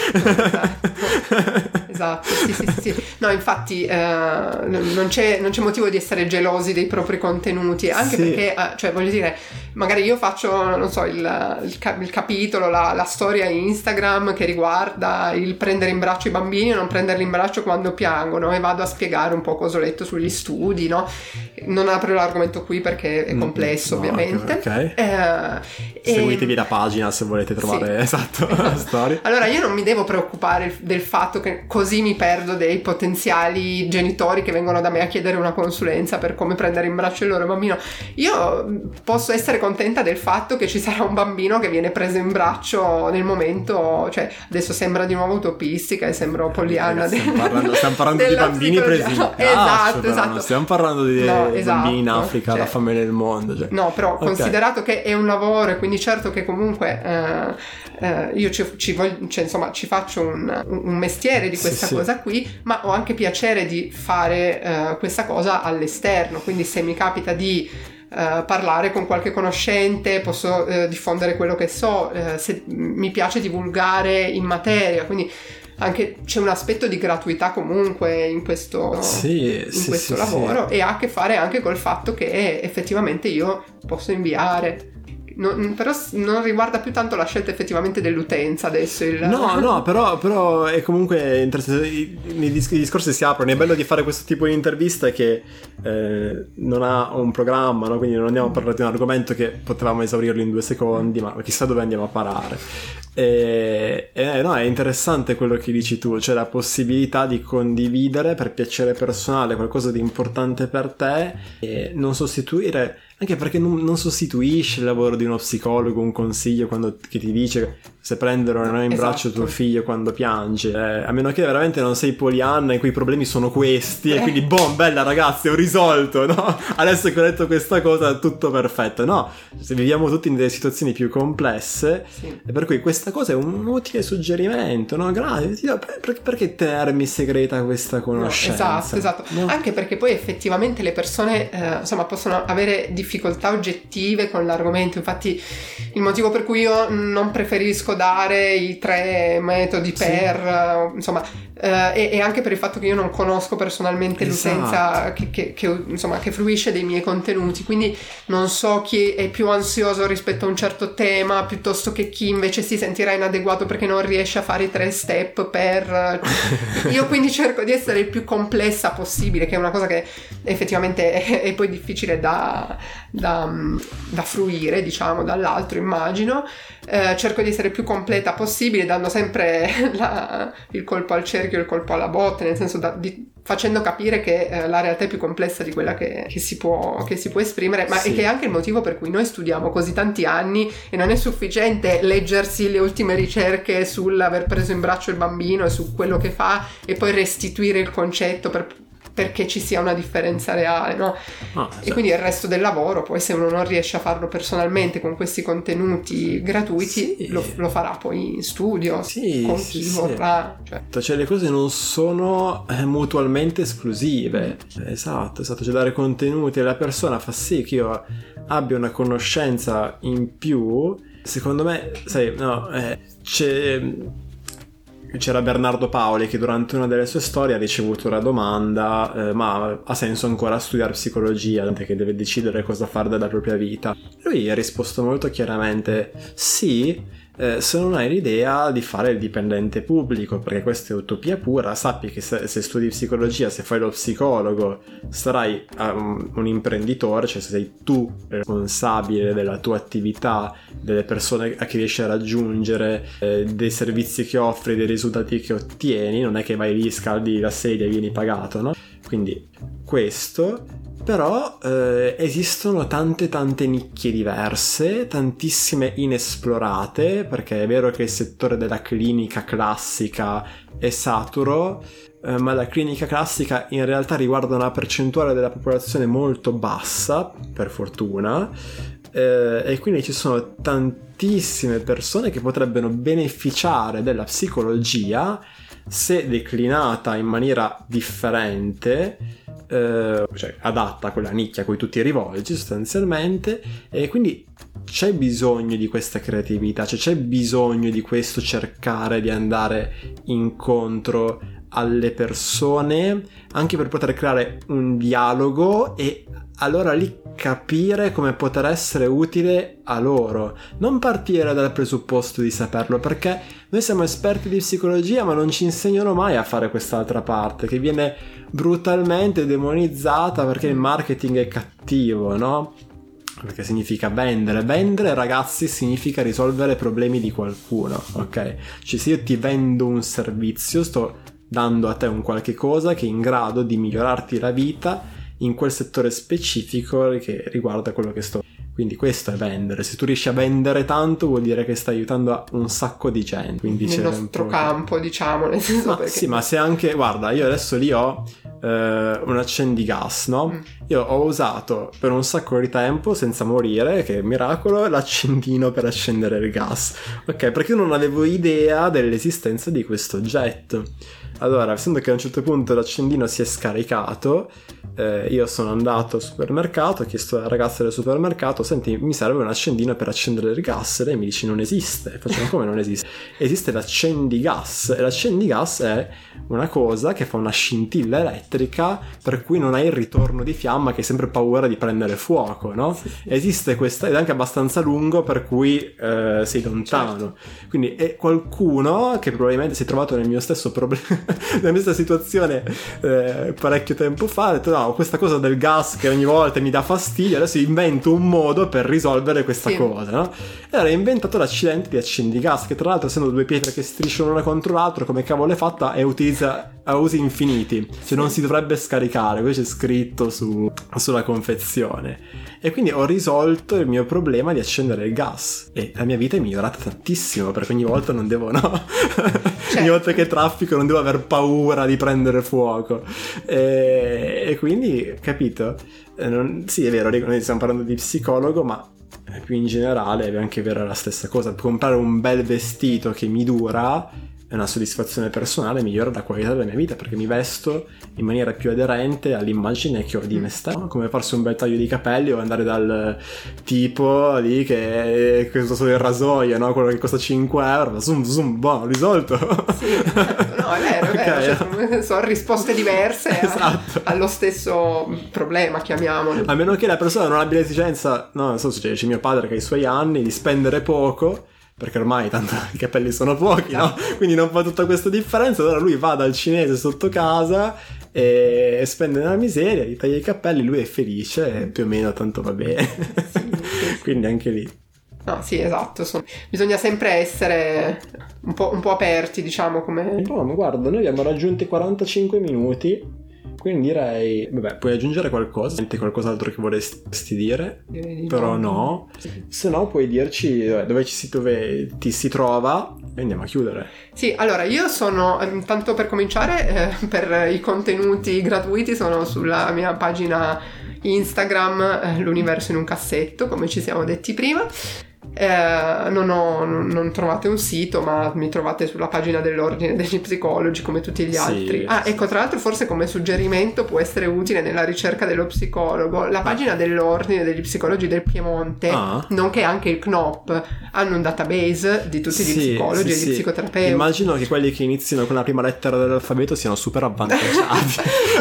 Esatto, sì. No, infatti non c'è motivo di essere gelosi dei propri contenuti, anche perché, cioè voglio dire, magari io faccio, non so, il capitolo, la storia Instagram che riguarda il prendere in braccio i bambini o non prenderli in braccio quando piangono, e vado a spiegare un po' cosa ho letto sugli studi, no? Non apro l'argomento qui perché è complesso, ovviamente. Okay. Seguitevi la pagina se volete trovare la storia. Allora, io non mi devo preoccupare del fatto che così mi perdo dei potenziali genitori che vengono da me a chiedere una consulenza per come prendere in braccio il loro bambino. Io posso essere contenta del fatto che ci sarà un bambino che viene preso in braccio nel momento, cioè adesso sembra di nuovo utopistica e sembro Pollyanna. Stiamo parlando di bambini presi in braccio, esatto. Non stiamo parlando di bambini in Africa, cioè, la fame nel mondo. Cioè. No, però considerato che è un lavoro, e quindi certo che comunque io ci faccio un mestiere di questa cosa qui, ma ho anche piacere di fare questa cosa all'esterno, quindi se mi capita di parlare con qualche conoscente posso diffondere quello che so, se mi piace divulgare in materia, quindi anche c'è un aspetto di gratuità comunque in questo lavoro, e ha a che fare anche col fatto che effettivamente io posso inviare. Però non riguarda più tanto la scelta effettivamente dell'utenza adesso. No, però è comunque interessante. I discorsi si aprono. È bello di fare questo tipo di intervista che non ha un programma, no? Quindi non andiamo a parlare di un argomento che potevamo esaurirlo in 2 secondi, ma chissà dove andiamo a parare. No, è interessante quello che dici tu, cioè la possibilità di condividere per piacere personale qualcosa di importante per te e non sostituire, anche perché non sostituisce il lavoro di uno psicologo, un consiglio che ti dice se prendere o no in braccio tuo figlio quando piange, a meno che veramente non sei Pollyanna in cui i problemi sono questi e quindi bella ragazzi, ho risolto, no? Adesso che ho detto questa cosa tutto perfetto. No, se viviamo tutti in delle situazioni più complesse, e per cui questa cosa è un utile suggerimento, no? Grazie, perché tenermi segreta questa conoscenza? No, esatto. No? Anche perché poi effettivamente le persone possono avere difficoltà oggettive con l'argomento. Infatti il motivo per cui io non preferisco dare i 3 metodi per e anche per il fatto che io non conosco personalmente l'utenza che fruisce dei miei contenuti, quindi non so chi è più ansioso rispetto a un certo tema piuttosto che chi invece si sente sentirà inadeguato perché non riesce a fare i 3 step per... Io quindi cerco di essere il più complessa possibile, che è una cosa che effettivamente è poi difficile da fruire, diciamo, dall'altro, immagino. Cerco di essere il più completa possibile, dando sempre il colpo al cerchio e il colpo alla botte, nel senso facendo capire che la realtà è più complessa di quella che si può esprimere, ma è che è anche il motivo per cui noi studiamo così tanti anni, e non è sufficiente leggersi le ultime ricerche sull'aver preso in braccio il bambino e su quello che fa e poi restituire il concetto perché ci sia una differenza reale, no? E quindi il resto del lavoro, poi se uno non riesce a farlo personalmente con questi contenuti gratuiti, lo farà poi in studio, con chi vorrà. Cioè le cose non sono mutualmente esclusive. Esatto, cioè dare contenuti alla persona fa sì che io abbia una conoscenza in più. Secondo me, sai, no, c'era Bernardo Paoli che durante una delle sue storie ha ricevuto la domanda ma ha senso ancora studiare psicologia, che deve decidere cosa fare della propria vita. Lui ha risposto molto chiaramente sì, se non hai l'idea di fare il dipendente pubblico, perché questa è utopia pura. Sappi che se studi psicologia, se fai lo psicologo, sarai un imprenditore, cioè sei tu responsabile della tua attività, delle persone a chi riesci a raggiungere, dei servizi che offri, dei risultati che ottieni. Non è che vai lì, scaldi la sedia e vieni pagato, no? Quindi questo. Però esistono tante nicchie diverse, tantissime inesplorate, perché è vero che il settore della clinica classica è saturo, ma la clinica classica in realtà riguarda una percentuale della popolazione molto bassa, per fortuna, e quindi ci sono tantissime persone che potrebbero beneficiare della psicologia se declinata in maniera differente, cioè adatta a quella nicchia a cui tu ti rivolgi sostanzialmente. E quindi c'è bisogno di questa creatività, cioè c'è bisogno di questo cercare di andare incontro alle persone, anche per poter creare un dialogo e allora lì capire come poter essere utile a loro. Non partire dal presupposto di saperlo, perché noi siamo esperti di psicologia ma non ci insegnano mai a fare quest'altra parte che viene brutalmente demonizzata perché il marketing è cattivo, no? Perché significa vendere, ragazzi, significa risolvere problemi di qualcuno, ok? Cioè se io ti vendo un servizio, sto dando a te un qualche cosa che è in grado di migliorarti la vita in quel settore specifico che riguarda quello che sto. Quindi questo è vendere. Se tu riesci a vendere tanto vuol dire che stai aiutando a un sacco di gente. Quindi nel nostro campo, diciamo, nel senso ma perché... sì, ma se anche, guarda, io adesso lì ho un accendigas, no? Io ho usato per un sacco di tempo, senza morire, che miracolo, l'accendino per accendere il gas, ok? Perché io non avevo idea dell'esistenza di questo oggetto. Allora, essendo che a un certo punto l'accendino si è scaricato, io sono andato al supermercato, ho chiesto alla ragazza del supermercato: senti, mi serve un accendino per accendere il gas. E lei mi dice: non esiste. Facciamo come non esiste? Esiste l'accendigas, e l'accendigas è una cosa che fa una scintilla elettrica per cui non hai il ritorno di fiamma, che hai sempre paura di prendere fuoco, no? Sì. Esiste questa, ed è anche abbastanza lungo, per cui sei lontano. Certo. Quindi è qualcuno che probabilmente si è trovato nel mio stesso problema, nella mia stessa situazione parecchio tempo fa, ha detto: no, questa cosa del gas che ogni volta mi dà fastidio, adesso invento un modo per risolvere questa cosa, no? E allora ha inventato l'accidente di accendigas, che tra l'altro, essendo due pietre che strisciano una contro l'altro, come cavolo è fatta, e utilizza a usi infiniti, cioè non si dovrebbe scaricare, questo c'è scritto sulla confezione. E quindi ho risolto il mio problema di accendere il gas e la mia vita è migliorata tantissimo, perché ogni volta non devo, no? Certo. Ogni volta che traffico non devo aver paura di prendere fuoco, e quindi, capito? Sì, è vero, noi stiamo parlando di psicologo, ma più in generale è anche vera la stessa cosa. Comprare un bel vestito che mi dura è una soddisfazione personale, migliora la qualità della mia vita, perché mi vesto in maniera più aderente all'immagine che ho di me stesso. Come farsi un bel taglio di capelli o andare dal tipo lì che usa solo il rasoio, no? Quello che costa 5 euro, zoom, boh, risolto. Sì, no, è vero, okay. Cioè, sono risposte diverse esatto. Allo stesso problema, chiamiamolo. A meno che la persona non abbia l'esigenza, no, non so se c'è mio padre che ha i suoi anni, di spendere poco, perché ormai tanto i capelli sono pochi, no? Quindi non fa tutta questa differenza. Allora lui va dal cinese sotto casa e spende una miseria, gli taglia i capelli, lui è felice e più o meno tanto va bene. Sì. Quindi anche lì. No, sì, esatto, bisogna sempre essere un po' aperti, diciamo, come... No, ma guarda, noi abbiamo raggiunto i 45 minuti, quindi direi... Vabbè, puoi aggiungere qualcosa? Qualcos'altro che vorresti dire? Però no. Se no puoi dirci dove ti si trova e andiamo a chiudere. Sì, allora io sono, tanto per cominciare, per i contenuti gratuiti sono sulla mia pagina Instagram, l'universo in un cassetto, come ci siamo detti prima. Non trovate un sito, ma mi trovate sulla pagina dell'ordine degli psicologi come tutti gli altri. Ecco, tra l'altro forse come suggerimento può essere utile nella ricerca dello psicologo la pagina dell'ordine degli psicologi del Piemonte, nonché anche il CNOP, hanno un database di tutti gli psicologi e gli psicoterapeuti. Immagino che quelli che iniziano con la prima lettera dell'alfabeto siano super avvantaggiati.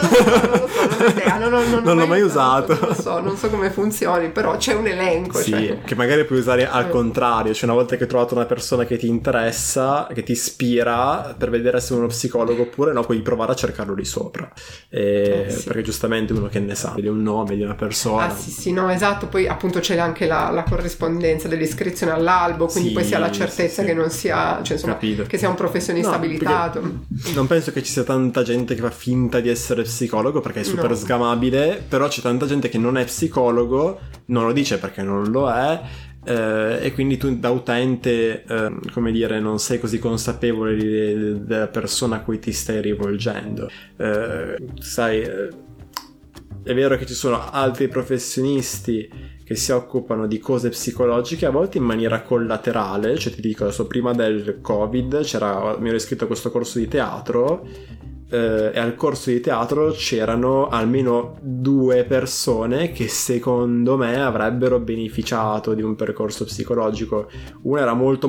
Non l'ho mai usato. Non so come funzioni, però c'è un elenco. Sì, che magari puoi usare al contrario, cioè una volta che hai trovato una persona che ti interessa, che ti ispira, per vedere se è uno psicologo oppure no, puoi provare a cercarlo lì sopra, perché giustamente uno che ne sa, vede un nome di una persona. Sì, no, esatto. Poi appunto c'è anche la corrispondenza dell'iscrizione all'albo, quindi poi si ha la certezza che non sia, cioè insomma, che sia un professionista abilitato. Non penso che ci sia tanta gente che fa finta di essere psicologo, perché è super sgamabile, però c'è tanta gente che non è psicologo, non lo dice perché non lo è. E quindi tu da utente come dire, non sei così consapevole della persona a cui ti stai rivolgendo. Sai, è vero che ci sono altri professionisti che si occupano di cose psicologiche, a volte in maniera collaterale. Cioè ti dico, adesso prima del Covid mi ero iscritto a questo corso di teatro, e al corso di teatro c'erano almeno 2 persone che secondo me avrebbero beneficiato di un percorso psicologico. Una era molto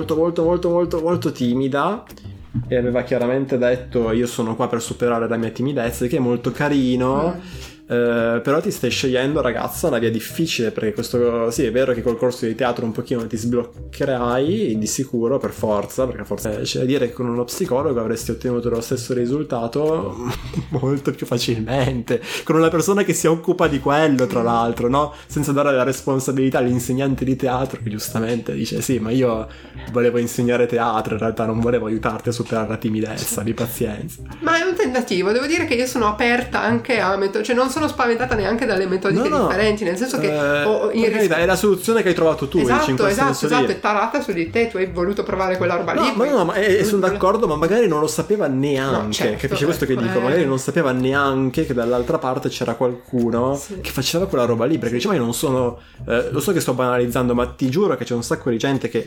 timida e aveva chiaramente detto: io sono qua per superare la mia timidezza, che è molto carino. Però ti stai scegliendo, ragazza, una via difficile, perché questo sì, è vero che col corso di teatro un pochino ti sbloccherai di sicuro, per forza, perché forse c'è da dire che con uno psicologo avresti ottenuto lo stesso risultato molto più facilmente, con una persona che si occupa di quello, tra l'altro, no? Senza dare la responsabilità all'insegnante di teatro che giustamente dice: sì, ma io volevo insegnare teatro, in realtà non volevo aiutarti a superare la timidezza, di pazienza. Ma è un tentativo, devo dire che io sono aperta anche a cioè non sono spaventata neanche dalle metodiche differenti, nel senso che è la soluzione che hai trovato tu. Esatto, è tarata su di te, tu hai voluto provare quella roba lì. Ma sono d'accordo, ma magari non lo sapeva neanche, no, certo, capisci questo che dico? Magari non sapeva neanche che dall'altra parte c'era qualcuno che faceva quella roba lì, perché diceva: io non sono lo so che sto banalizzando, ma ti giuro che c'è un sacco di gente che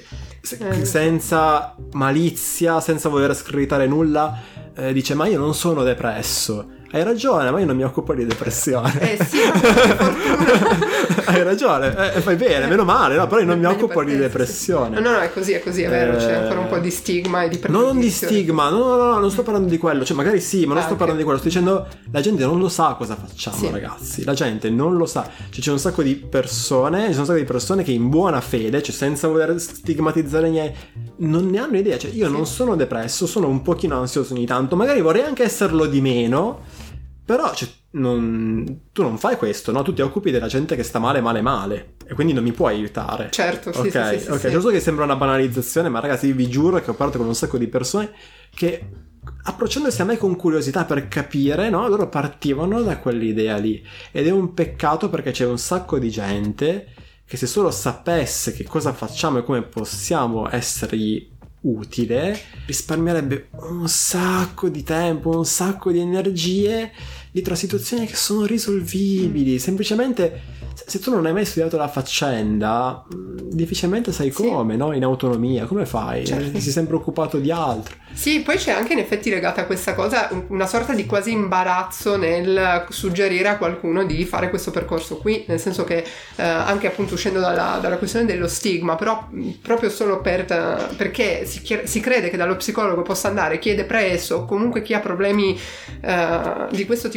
senza malizia, senza voler screditare nulla, dice: ma io non sono depresso. Hai ragione, ma io non mi occupo di depressione. Sì, per fortuna. Hai ragione, fai bene, meno male, no? Però io non mi occupo di depressione. No, è così, è vero, c'è ancora un po' di stigma e di pregiudizio. Non di stigma, no, non sto parlando di quello, cioè magari sì, ma non sto parlando di quello, sto dicendo la gente non lo sa cosa facciamo, ragazzi, la gente non lo sa, cioè c'è un sacco di persone, che in buona fede, cioè senza voler stigmatizzare niente, non ne hanno idea, cioè io non sono depresso, sono un pochino ansioso ogni tanto, magari vorrei anche esserlo di meno. Però tu non fai questo, no? Tu ti occupi della gente che sta male e quindi non mi puoi aiutare. Certo, sì. Io so che sembra una banalizzazione, ma ragazzi, vi giuro che ho parlato con un sacco di persone che, approcciandosi a me con curiosità per capire, no? Loro partivano da quell'idea lì. Ed è un peccato, perché c'è un sacco di gente che, se solo sapesse che cosa facciamo e come possiamo essergli utile, risparmierebbe un sacco di tempo, un sacco di energie dietro a situazioni che sono risolvibili. Semplicemente, se tu non hai mai studiato la faccenda, difficilmente sai come, no? In autonomia, come fai? Certo. Ti sei sempre occupato di altro. Sì, poi c'è anche in effetti legata a questa cosa una sorta di quasi imbarazzo nel suggerire a qualcuno di fare questo percorso qui, nel senso che anche appunto uscendo dalla questione dello stigma, però proprio solo perché si crede che dallo psicologo possa andare chi è depresso o comunque chi ha problemi di questo tipo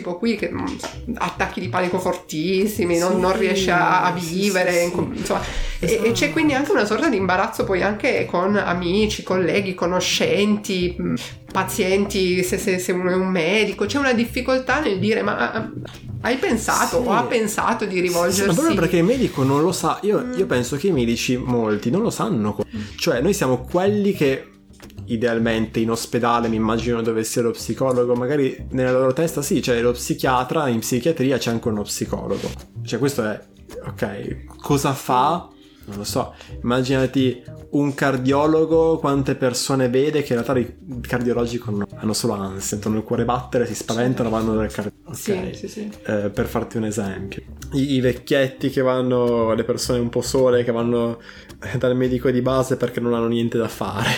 tipo qui che attacchi di panico fortissimi, non riesce a vivere, insomma, e c'è quindi anche una sorta di imbarazzo poi anche con amici, colleghi, conoscenti, pazienti, se uno è un medico, c'è una difficoltà nel dire ma hai pensato o ha pensato di rivolgersi, ma proprio perché il medico non lo sa. Io penso che i medici molti non lo sanno, cioè noi siamo quelli che idealmente in ospedale, mi immagino, dove sia lo psicologo, magari nella loro testa sì, c'è lo psichiatra, in psichiatria c'è anche uno psicologo, cioè questo è ok, cosa fa? Non lo so, immaginati un cardiologo, quante persone vede che in realtà i cardiologi hanno solo ansia, sentono il cuore battere, si spaventano, vanno dal cardiologo. Ok, sì. Per farti un esempio. I vecchietti che vanno, le persone un po' sole che vanno dal medico di base perché non hanno niente da fare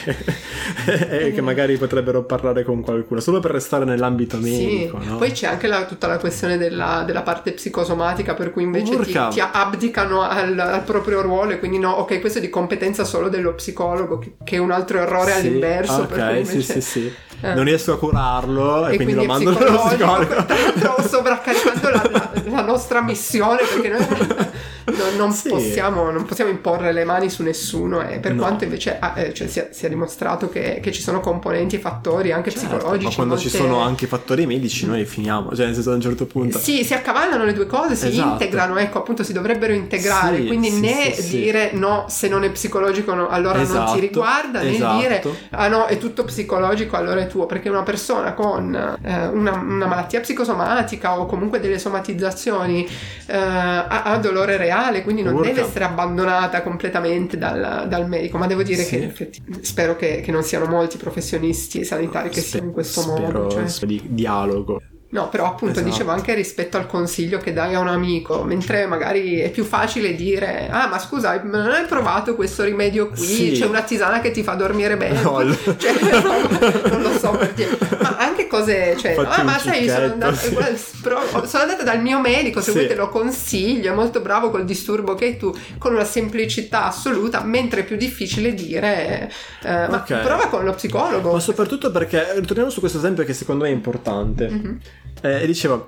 e che magari potrebbero parlare con qualcuno, solo per restare nell'ambito medico, no? Poi c'è anche tutta la questione della parte psicosomatica, per cui invece ti abdicano al proprio ruolo, e quindi no, ok, questo è di competenza solo dello psicologo, che è un altro errore all'inverso. Ok, per cui invece, sì. Non riesco a curarlo e quindi lo mando allo psicologo. Tra l'altro sovraccaricando la nostra missione, perché noi non possiamo imporre le mani su nessuno, e per quanto invece cioè sia dimostrato che ci sono componenti e fattori anche psicologici. Ma quando ci sono anche fattori medici noi finiamo, cioè nel senso, a un certo punto si accavallano le due cose, si integrano, ecco, appunto si dovrebbero integrare, quindi dire no, se non è psicologico no, allora non ti riguarda, né dire ah no, è tutto psicologico allora è tuo, perché una persona con una malattia psicosomatica o comunque delle somatizzazioni ha dolore reale, quindi non deve essere abbandonata completamente dal medico. Ma devo dire che spero che non siano molti professionisti sanitari che siano in questo modo, cioè di dialogo. No, però appunto dicevo anche rispetto al consiglio che dai a un amico, mentre magari è più facile dire ah ma scusa, non hai provato questo rimedio qui, c'è una tisana che ti fa dormire bene, cioè, non lo so per dire, ma anche cose, cioè ma sai, sono andata dal mio medico, se vuoi te lo consiglio, è molto bravo col disturbo che hai tu, con una semplicità assoluta, mentre è più difficile dire ma prova con lo psicologo. Ma soprattutto perché torniamo su questo esempio che secondo me è importante. E dicevo,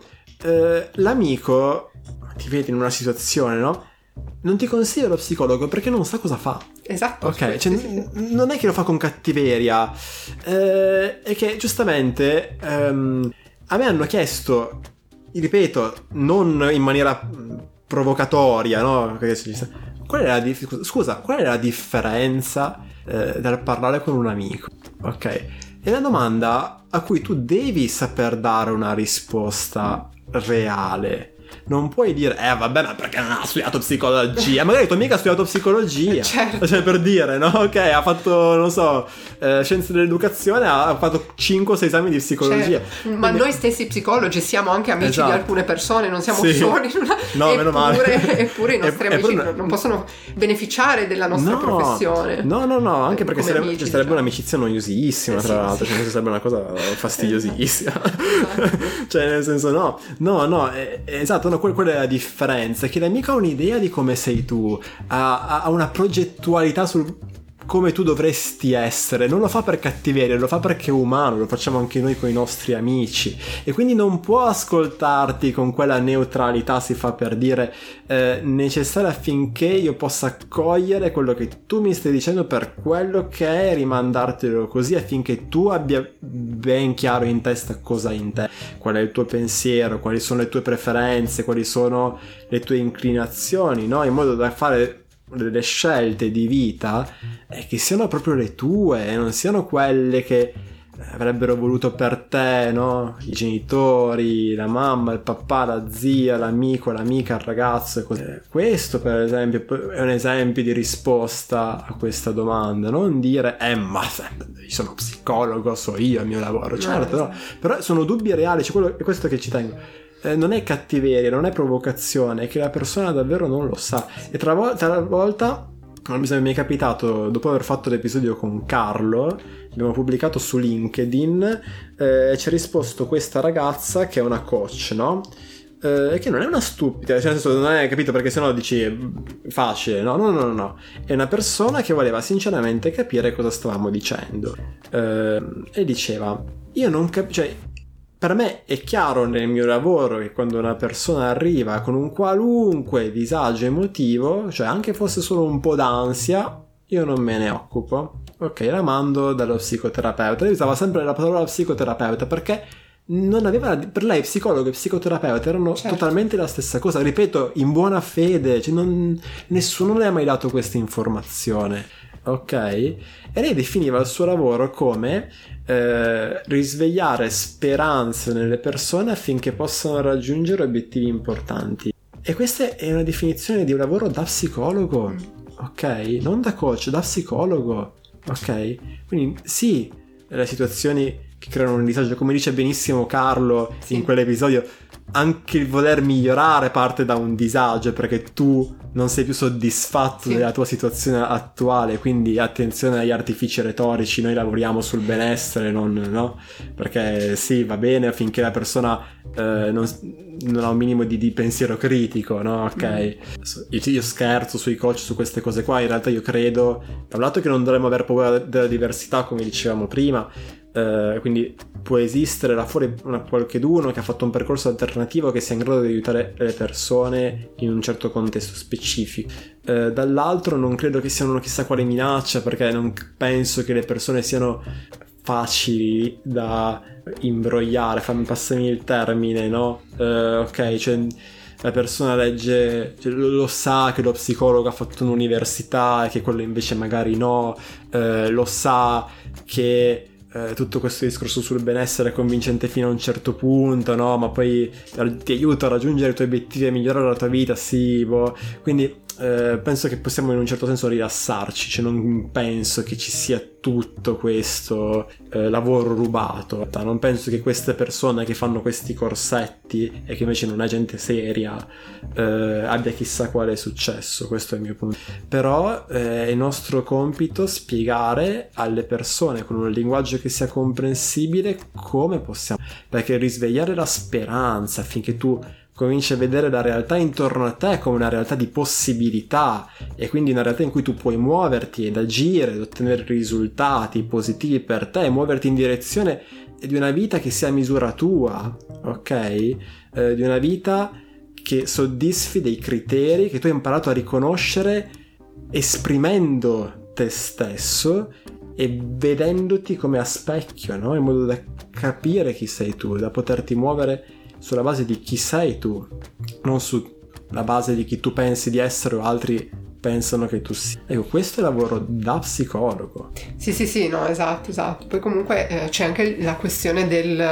l'amico ti vede in una situazione, no? Non ti consiglia lo psicologo perché non sa cosa fa. Esatto. Ok, cioè, non è che lo fa con cattiveria, è che giustamente a me hanno chiesto, ripeto, non in maniera provocatoria, no? Qual è la differenza dal parlare con un amico? Ok. È una domanda a cui tu devi saper dare una risposta reale. Non puoi dire vabbè, ma perché non ha studiato psicologia? Magari tua amica ha studiato psicologia, certo. Cioè, per dire, no? Ok, ha fatto, non so, scienze dell'educazione, ha fatto 5 o 6 esami di psicologia. Certo. Ma quindi noi stessi psicologi siamo anche amici di alcune persone, non siamo soli. No, meno male. Eppure i nostri amici non possono beneficiare della nostra professione. No, anche perché ci sarebbe un'amicizia noiosissima, tra l'altro, cioè sarebbe una cosa fastidiosissima. Cioè, nel senso, no, esatto. No, quella è la differenza, che l'amico ha un'idea di come sei tu, ha una progettualità sul come tu dovresti essere, non lo fa per cattiveria, lo fa perché è umano, lo facciamo anche noi con i nostri amici, e quindi non può ascoltarti con quella neutralità, si fa per dire, necessaria affinché io possa accogliere quello che tu mi stai dicendo per quello che è, rimandartelo così affinché tu abbia ben chiaro in testa cosa hai in te, qual è il tuo pensiero, quali sono le tue preferenze, quali sono le tue inclinazioni, no? In modo da fare delle scelte di vita che siano proprio le tue e non siano quelle che avrebbero voluto per te, no? I genitori, la mamma, il papà, la zia, l'amico, l'amica, il ragazzo e così. Questo per esempio è un esempio di risposta a questa domanda, non dire ma io sono psicologo, so io il mio lavoro, certo, no? Però sono dubbi reali, cioè è questo che ci tengo. Non è cattiveria, non è provocazione, è che la persona davvero non lo sa. E talvolta, non mi è mai capitato, dopo aver fatto l'episodio con Carlo, abbiamo pubblicato su LinkedIn, ci ha risposto questa ragazza che è una coach, no? Che non è una stupida, cioè nel senso, non è capito, perché sennò dici facile, no, è una persona che voleva sinceramente capire cosa stavamo dicendo, e diceva io non capisco, cioè per me è chiaro nel mio lavoro che quando una persona arriva con un qualunque disagio emotivo, cioè anche fosse solo un po' d'ansia, io non me ne occupo. Ok, la mando dallo psicoterapeuta. Lei usava sempre la parola psicoterapeuta perché non aveva, per lei psicologo e psicoterapeuta erano totalmente la stessa cosa, ripeto, in buona fede, cioè nessuno le ha mai dato questa informazione, ok? E lei definiva il suo lavoro come risvegliare speranze nelle persone affinché possano raggiungere obiettivi importanti. E questa è una definizione di un lavoro da psicologo, ok? Non da coach, da psicologo, ok? Quindi sì, le situazioni che creano un disagio, come dice benissimo Carlo in quell'episodio, anche il voler migliorare parte da un disagio perché tu non sei più soddisfatto della tua situazione attuale, quindi attenzione agli artifici retorici, noi lavoriamo sul benessere, no? Perché sì, va bene affinché la persona non ha un minimo di pensiero critico, no? Ok, io scherzo sui coach su queste cose qua, in realtà io credo da un lato che non dovremmo aver paura della diversità, come dicevamo prima. Quindi può esistere là fuori qualcheduno che ha fatto un percorso alternativo che sia in grado di aiutare le persone in un certo contesto specifico. Dall'altro non credo che siano chissà quale minaccia, perché non penso che le persone siano facili da imbrogliare, passami il termine, no? Ok, cioè la persona legge, cioè, lo sa che lo psicologo ha fatto un'università e che quello invece magari no, lo sa che tutto questo discorso sul benessere è convincente fino a un certo punto, no? Ma poi ti aiuta a raggiungere i tuoi obiettivi e a migliorare la tua vita, sì, boh. Quindi penso che possiamo in un certo senso rilassarci, cioè non penso che ci sia tutto questo lavoro rubato. Non penso che queste persone che fanno questi corsetti e che invece non è gente seria abbia chissà quale successo, questo è il mio punto. Però è il nostro compito spiegare alle persone con un linguaggio che sia comprensibile come possiamo, perché risvegliare la speranza affinché tu cominci a vedere la realtà intorno a te come una realtà di possibilità e quindi una realtà in cui tu puoi muoverti ed agire ed ottenere risultati positivi per te, muoverti in direzione di una vita che sia a misura tua, ok? Di una vita che soddisfi dei criteri che tu hai imparato a riconoscere esprimendo te stesso e vedendoti come a specchio, no? In modo da capire chi sei tu, da poterti muovere sulla base di chi sei tu, non sulla base di chi tu pensi di essere o altri pensano che tu sia. Ecco, questo è il lavoro da psicologo. Sì, no, esatto. Poi comunque c'è anche la questione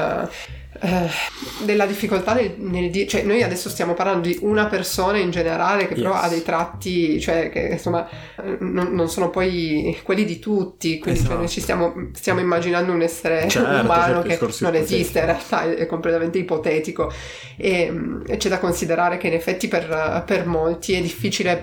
della difficoltà nel dire, cioè noi adesso stiamo parlando di una persona in generale che però ha dei tratti, cioè che insomma non sono poi quelli di tutti, quindi cioè, noi ci stiamo immaginando un essere umano che non esiste, in realtà è completamente ipotetico e c'è da considerare che in effetti per molti è difficile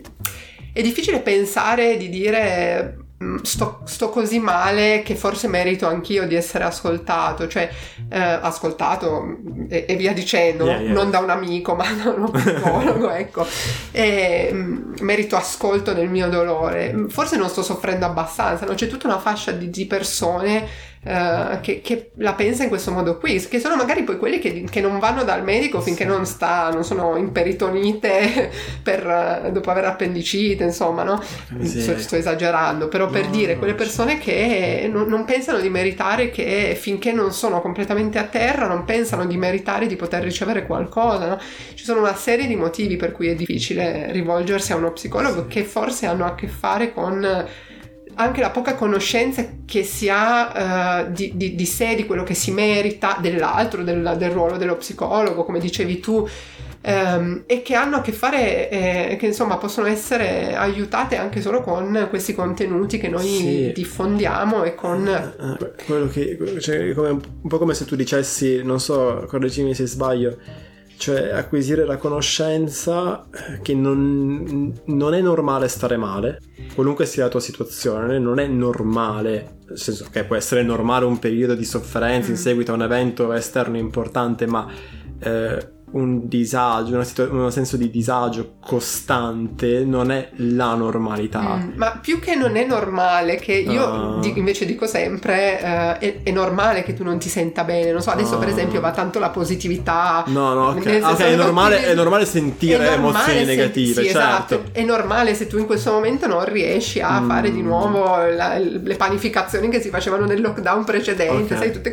pensare di dire sto così male che forse merito anch'io di essere ascoltato, cioè ascoltato e via dicendo, non da un amico ma da uno psicologo, ecco, merito ascolto del mio dolore, forse non sto soffrendo abbastanza, no? C'è tutta una fascia di persone che la pensa in questo modo qui, che sono magari poi quelli che non vanno dal medico finché non sono imperitonite dopo aver appendicite, insomma, no? Sto esagerando, però per dire quelle persone che non pensano di meritare, che finché non sono completamente a terra non pensano di meritare di poter ricevere qualcosa, no? Ci sono una serie di motivi per cui è difficile rivolgersi a uno psicologo che forse hanno a che fare con anche la poca conoscenza che si ha di sé, di quello che si merita, dell'altro, del ruolo dello psicologo, come dicevi tu, e che hanno a che fare, che insomma possono essere aiutate anche solo con questi contenuti che noi diffondiamo e con quello che, cioè, un po' come se tu dicessi, non so, correggimi se sbaglio, cioè acquisire la conoscenza che non è normale stare male, qualunque sia la tua situazione, non è normale, nel senso che può essere normale un periodo di sofferenza in seguito a un evento esterno importante, ma un disagio, un senso di disagio costante non è la normalità. Ma più che non è normale, che io invece dico sempre è normale che tu non ti senta bene, non so, adesso per esempio va tanto la positività. Ok, è normale sentire emozioni negative, sì, certo. Esatto, è normale se tu in questo momento non riesci a fare di nuovo le panificazioni che si facevano nel lockdown precedente, sai, tutte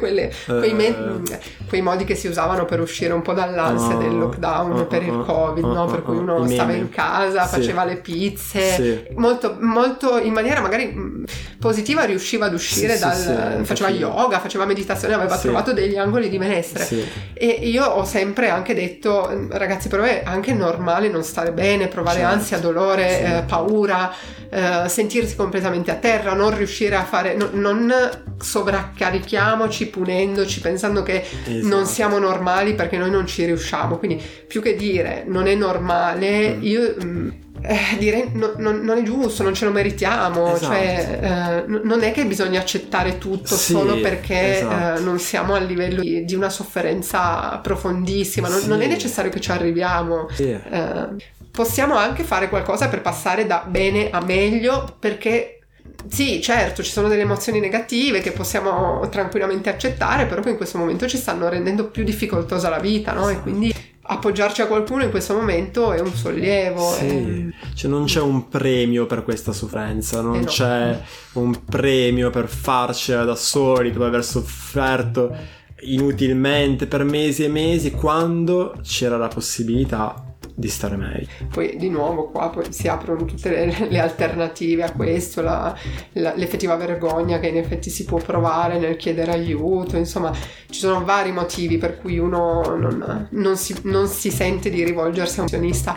quei modi che si usavano per uscire un po' dall'ansia del lockdown per il Covid, no? Per cui uno stava in casa, faceva le pizze, molto, molto in maniera magari positiva riusciva ad uscire faceva yoga, faceva meditazione, aveva trovato degli angoli di benessere. E io ho sempre anche detto, ragazzi, per me è anche normale non stare bene, provare ansia, dolore, paura, sentirsi completamente a terra, non riuscire a fare, non sovraccarichiamo,ci punendoci, pensando che non siamo normali perché noi non ci riusciamo. Quindi più che dire non è normale, io direi non è giusto, non ce lo meritiamo, cioè non è che bisogna accettare tutto solo perché non siamo a livello di una sofferenza profondissima, non è necessario che ci arriviamo. Possiamo anche fare qualcosa per passare da bene a meglio, perché sì, certo, ci sono delle emozioni negative che possiamo tranquillamente accettare, però che in questo momento ci stanno rendendo più difficoltosa la vita, no? E quindi appoggiarci a qualcuno in questo momento è un sollievo. Cioè non c'è un premio per questa sofferenza, non c'è un premio per farcela da soli dopo aver sofferto inutilmente per mesi e mesi, quando c'era la possibilità di stare meglio. Poi di nuovo qua poi si aprono tutte le alternative a questo, l'effettiva vergogna che in effetti si può provare nel chiedere aiuto, insomma ci sono vari motivi per cui uno non si sente di rivolgersi a un professionista.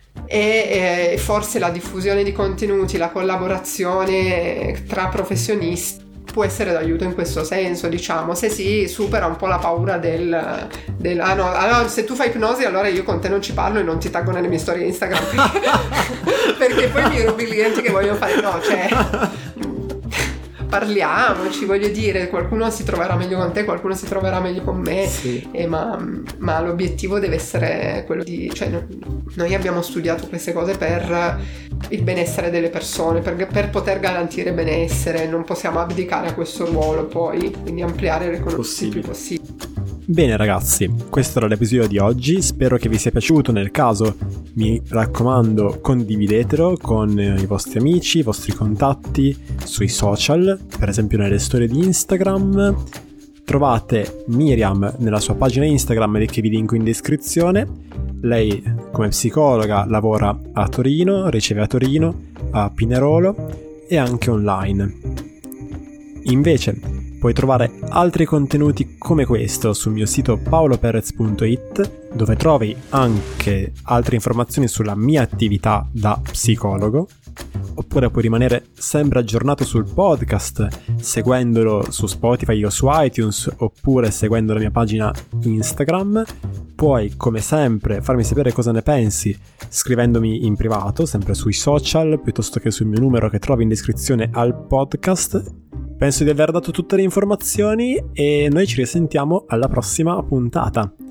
E forse la diffusione di contenuti, la collaborazione tra professionisti può essere d'aiuto in questo senso, diciamo, se si supera un po' la paura del allora, se tu fai ipnosi allora io con te non ci parlo e non ti taggo nelle mie storie Instagram perché poi mi rubi i clienti che vogliono fare, parliamoci, voglio dire, qualcuno si troverà meglio con te, qualcuno si troverà meglio con me, ma l'obiettivo deve essere quello di, cioè noi abbiamo studiato queste cose per il benessere delle persone, per poter garantire benessere, non possiamo abdicare a questo ruolo poi, quindi ampliare le conoscenze il più possibile. Bene ragazzi, questo era l'episodio di oggi, spero che vi sia piaciuto. Nel caso, mi raccomando, condividetelo con i vostri amici, i vostri contatti sui social, per esempio nelle storie di Instagram. Trovate Miriam nella sua pagina Instagram che vi linko in descrizione. Lei come psicologa lavora a Torino, riceve a Torino, a Pinerolo e anche online. Invece puoi trovare altri contenuti come questo sul mio sito paoloperez.it, dove trovi anche altre informazioni sulla mia attività da psicologo, oppure puoi rimanere sempre aggiornato sul podcast seguendolo su Spotify o su iTunes, oppure seguendo la mia pagina Instagram. Puoi, come sempre, farmi sapere cosa ne pensi scrivendomi in privato, sempre sui social, piuttosto che sul mio numero che trovi in descrizione al podcast. Penso di aver dato tutte le informazioni e noi ci risentiamo alla prossima puntata.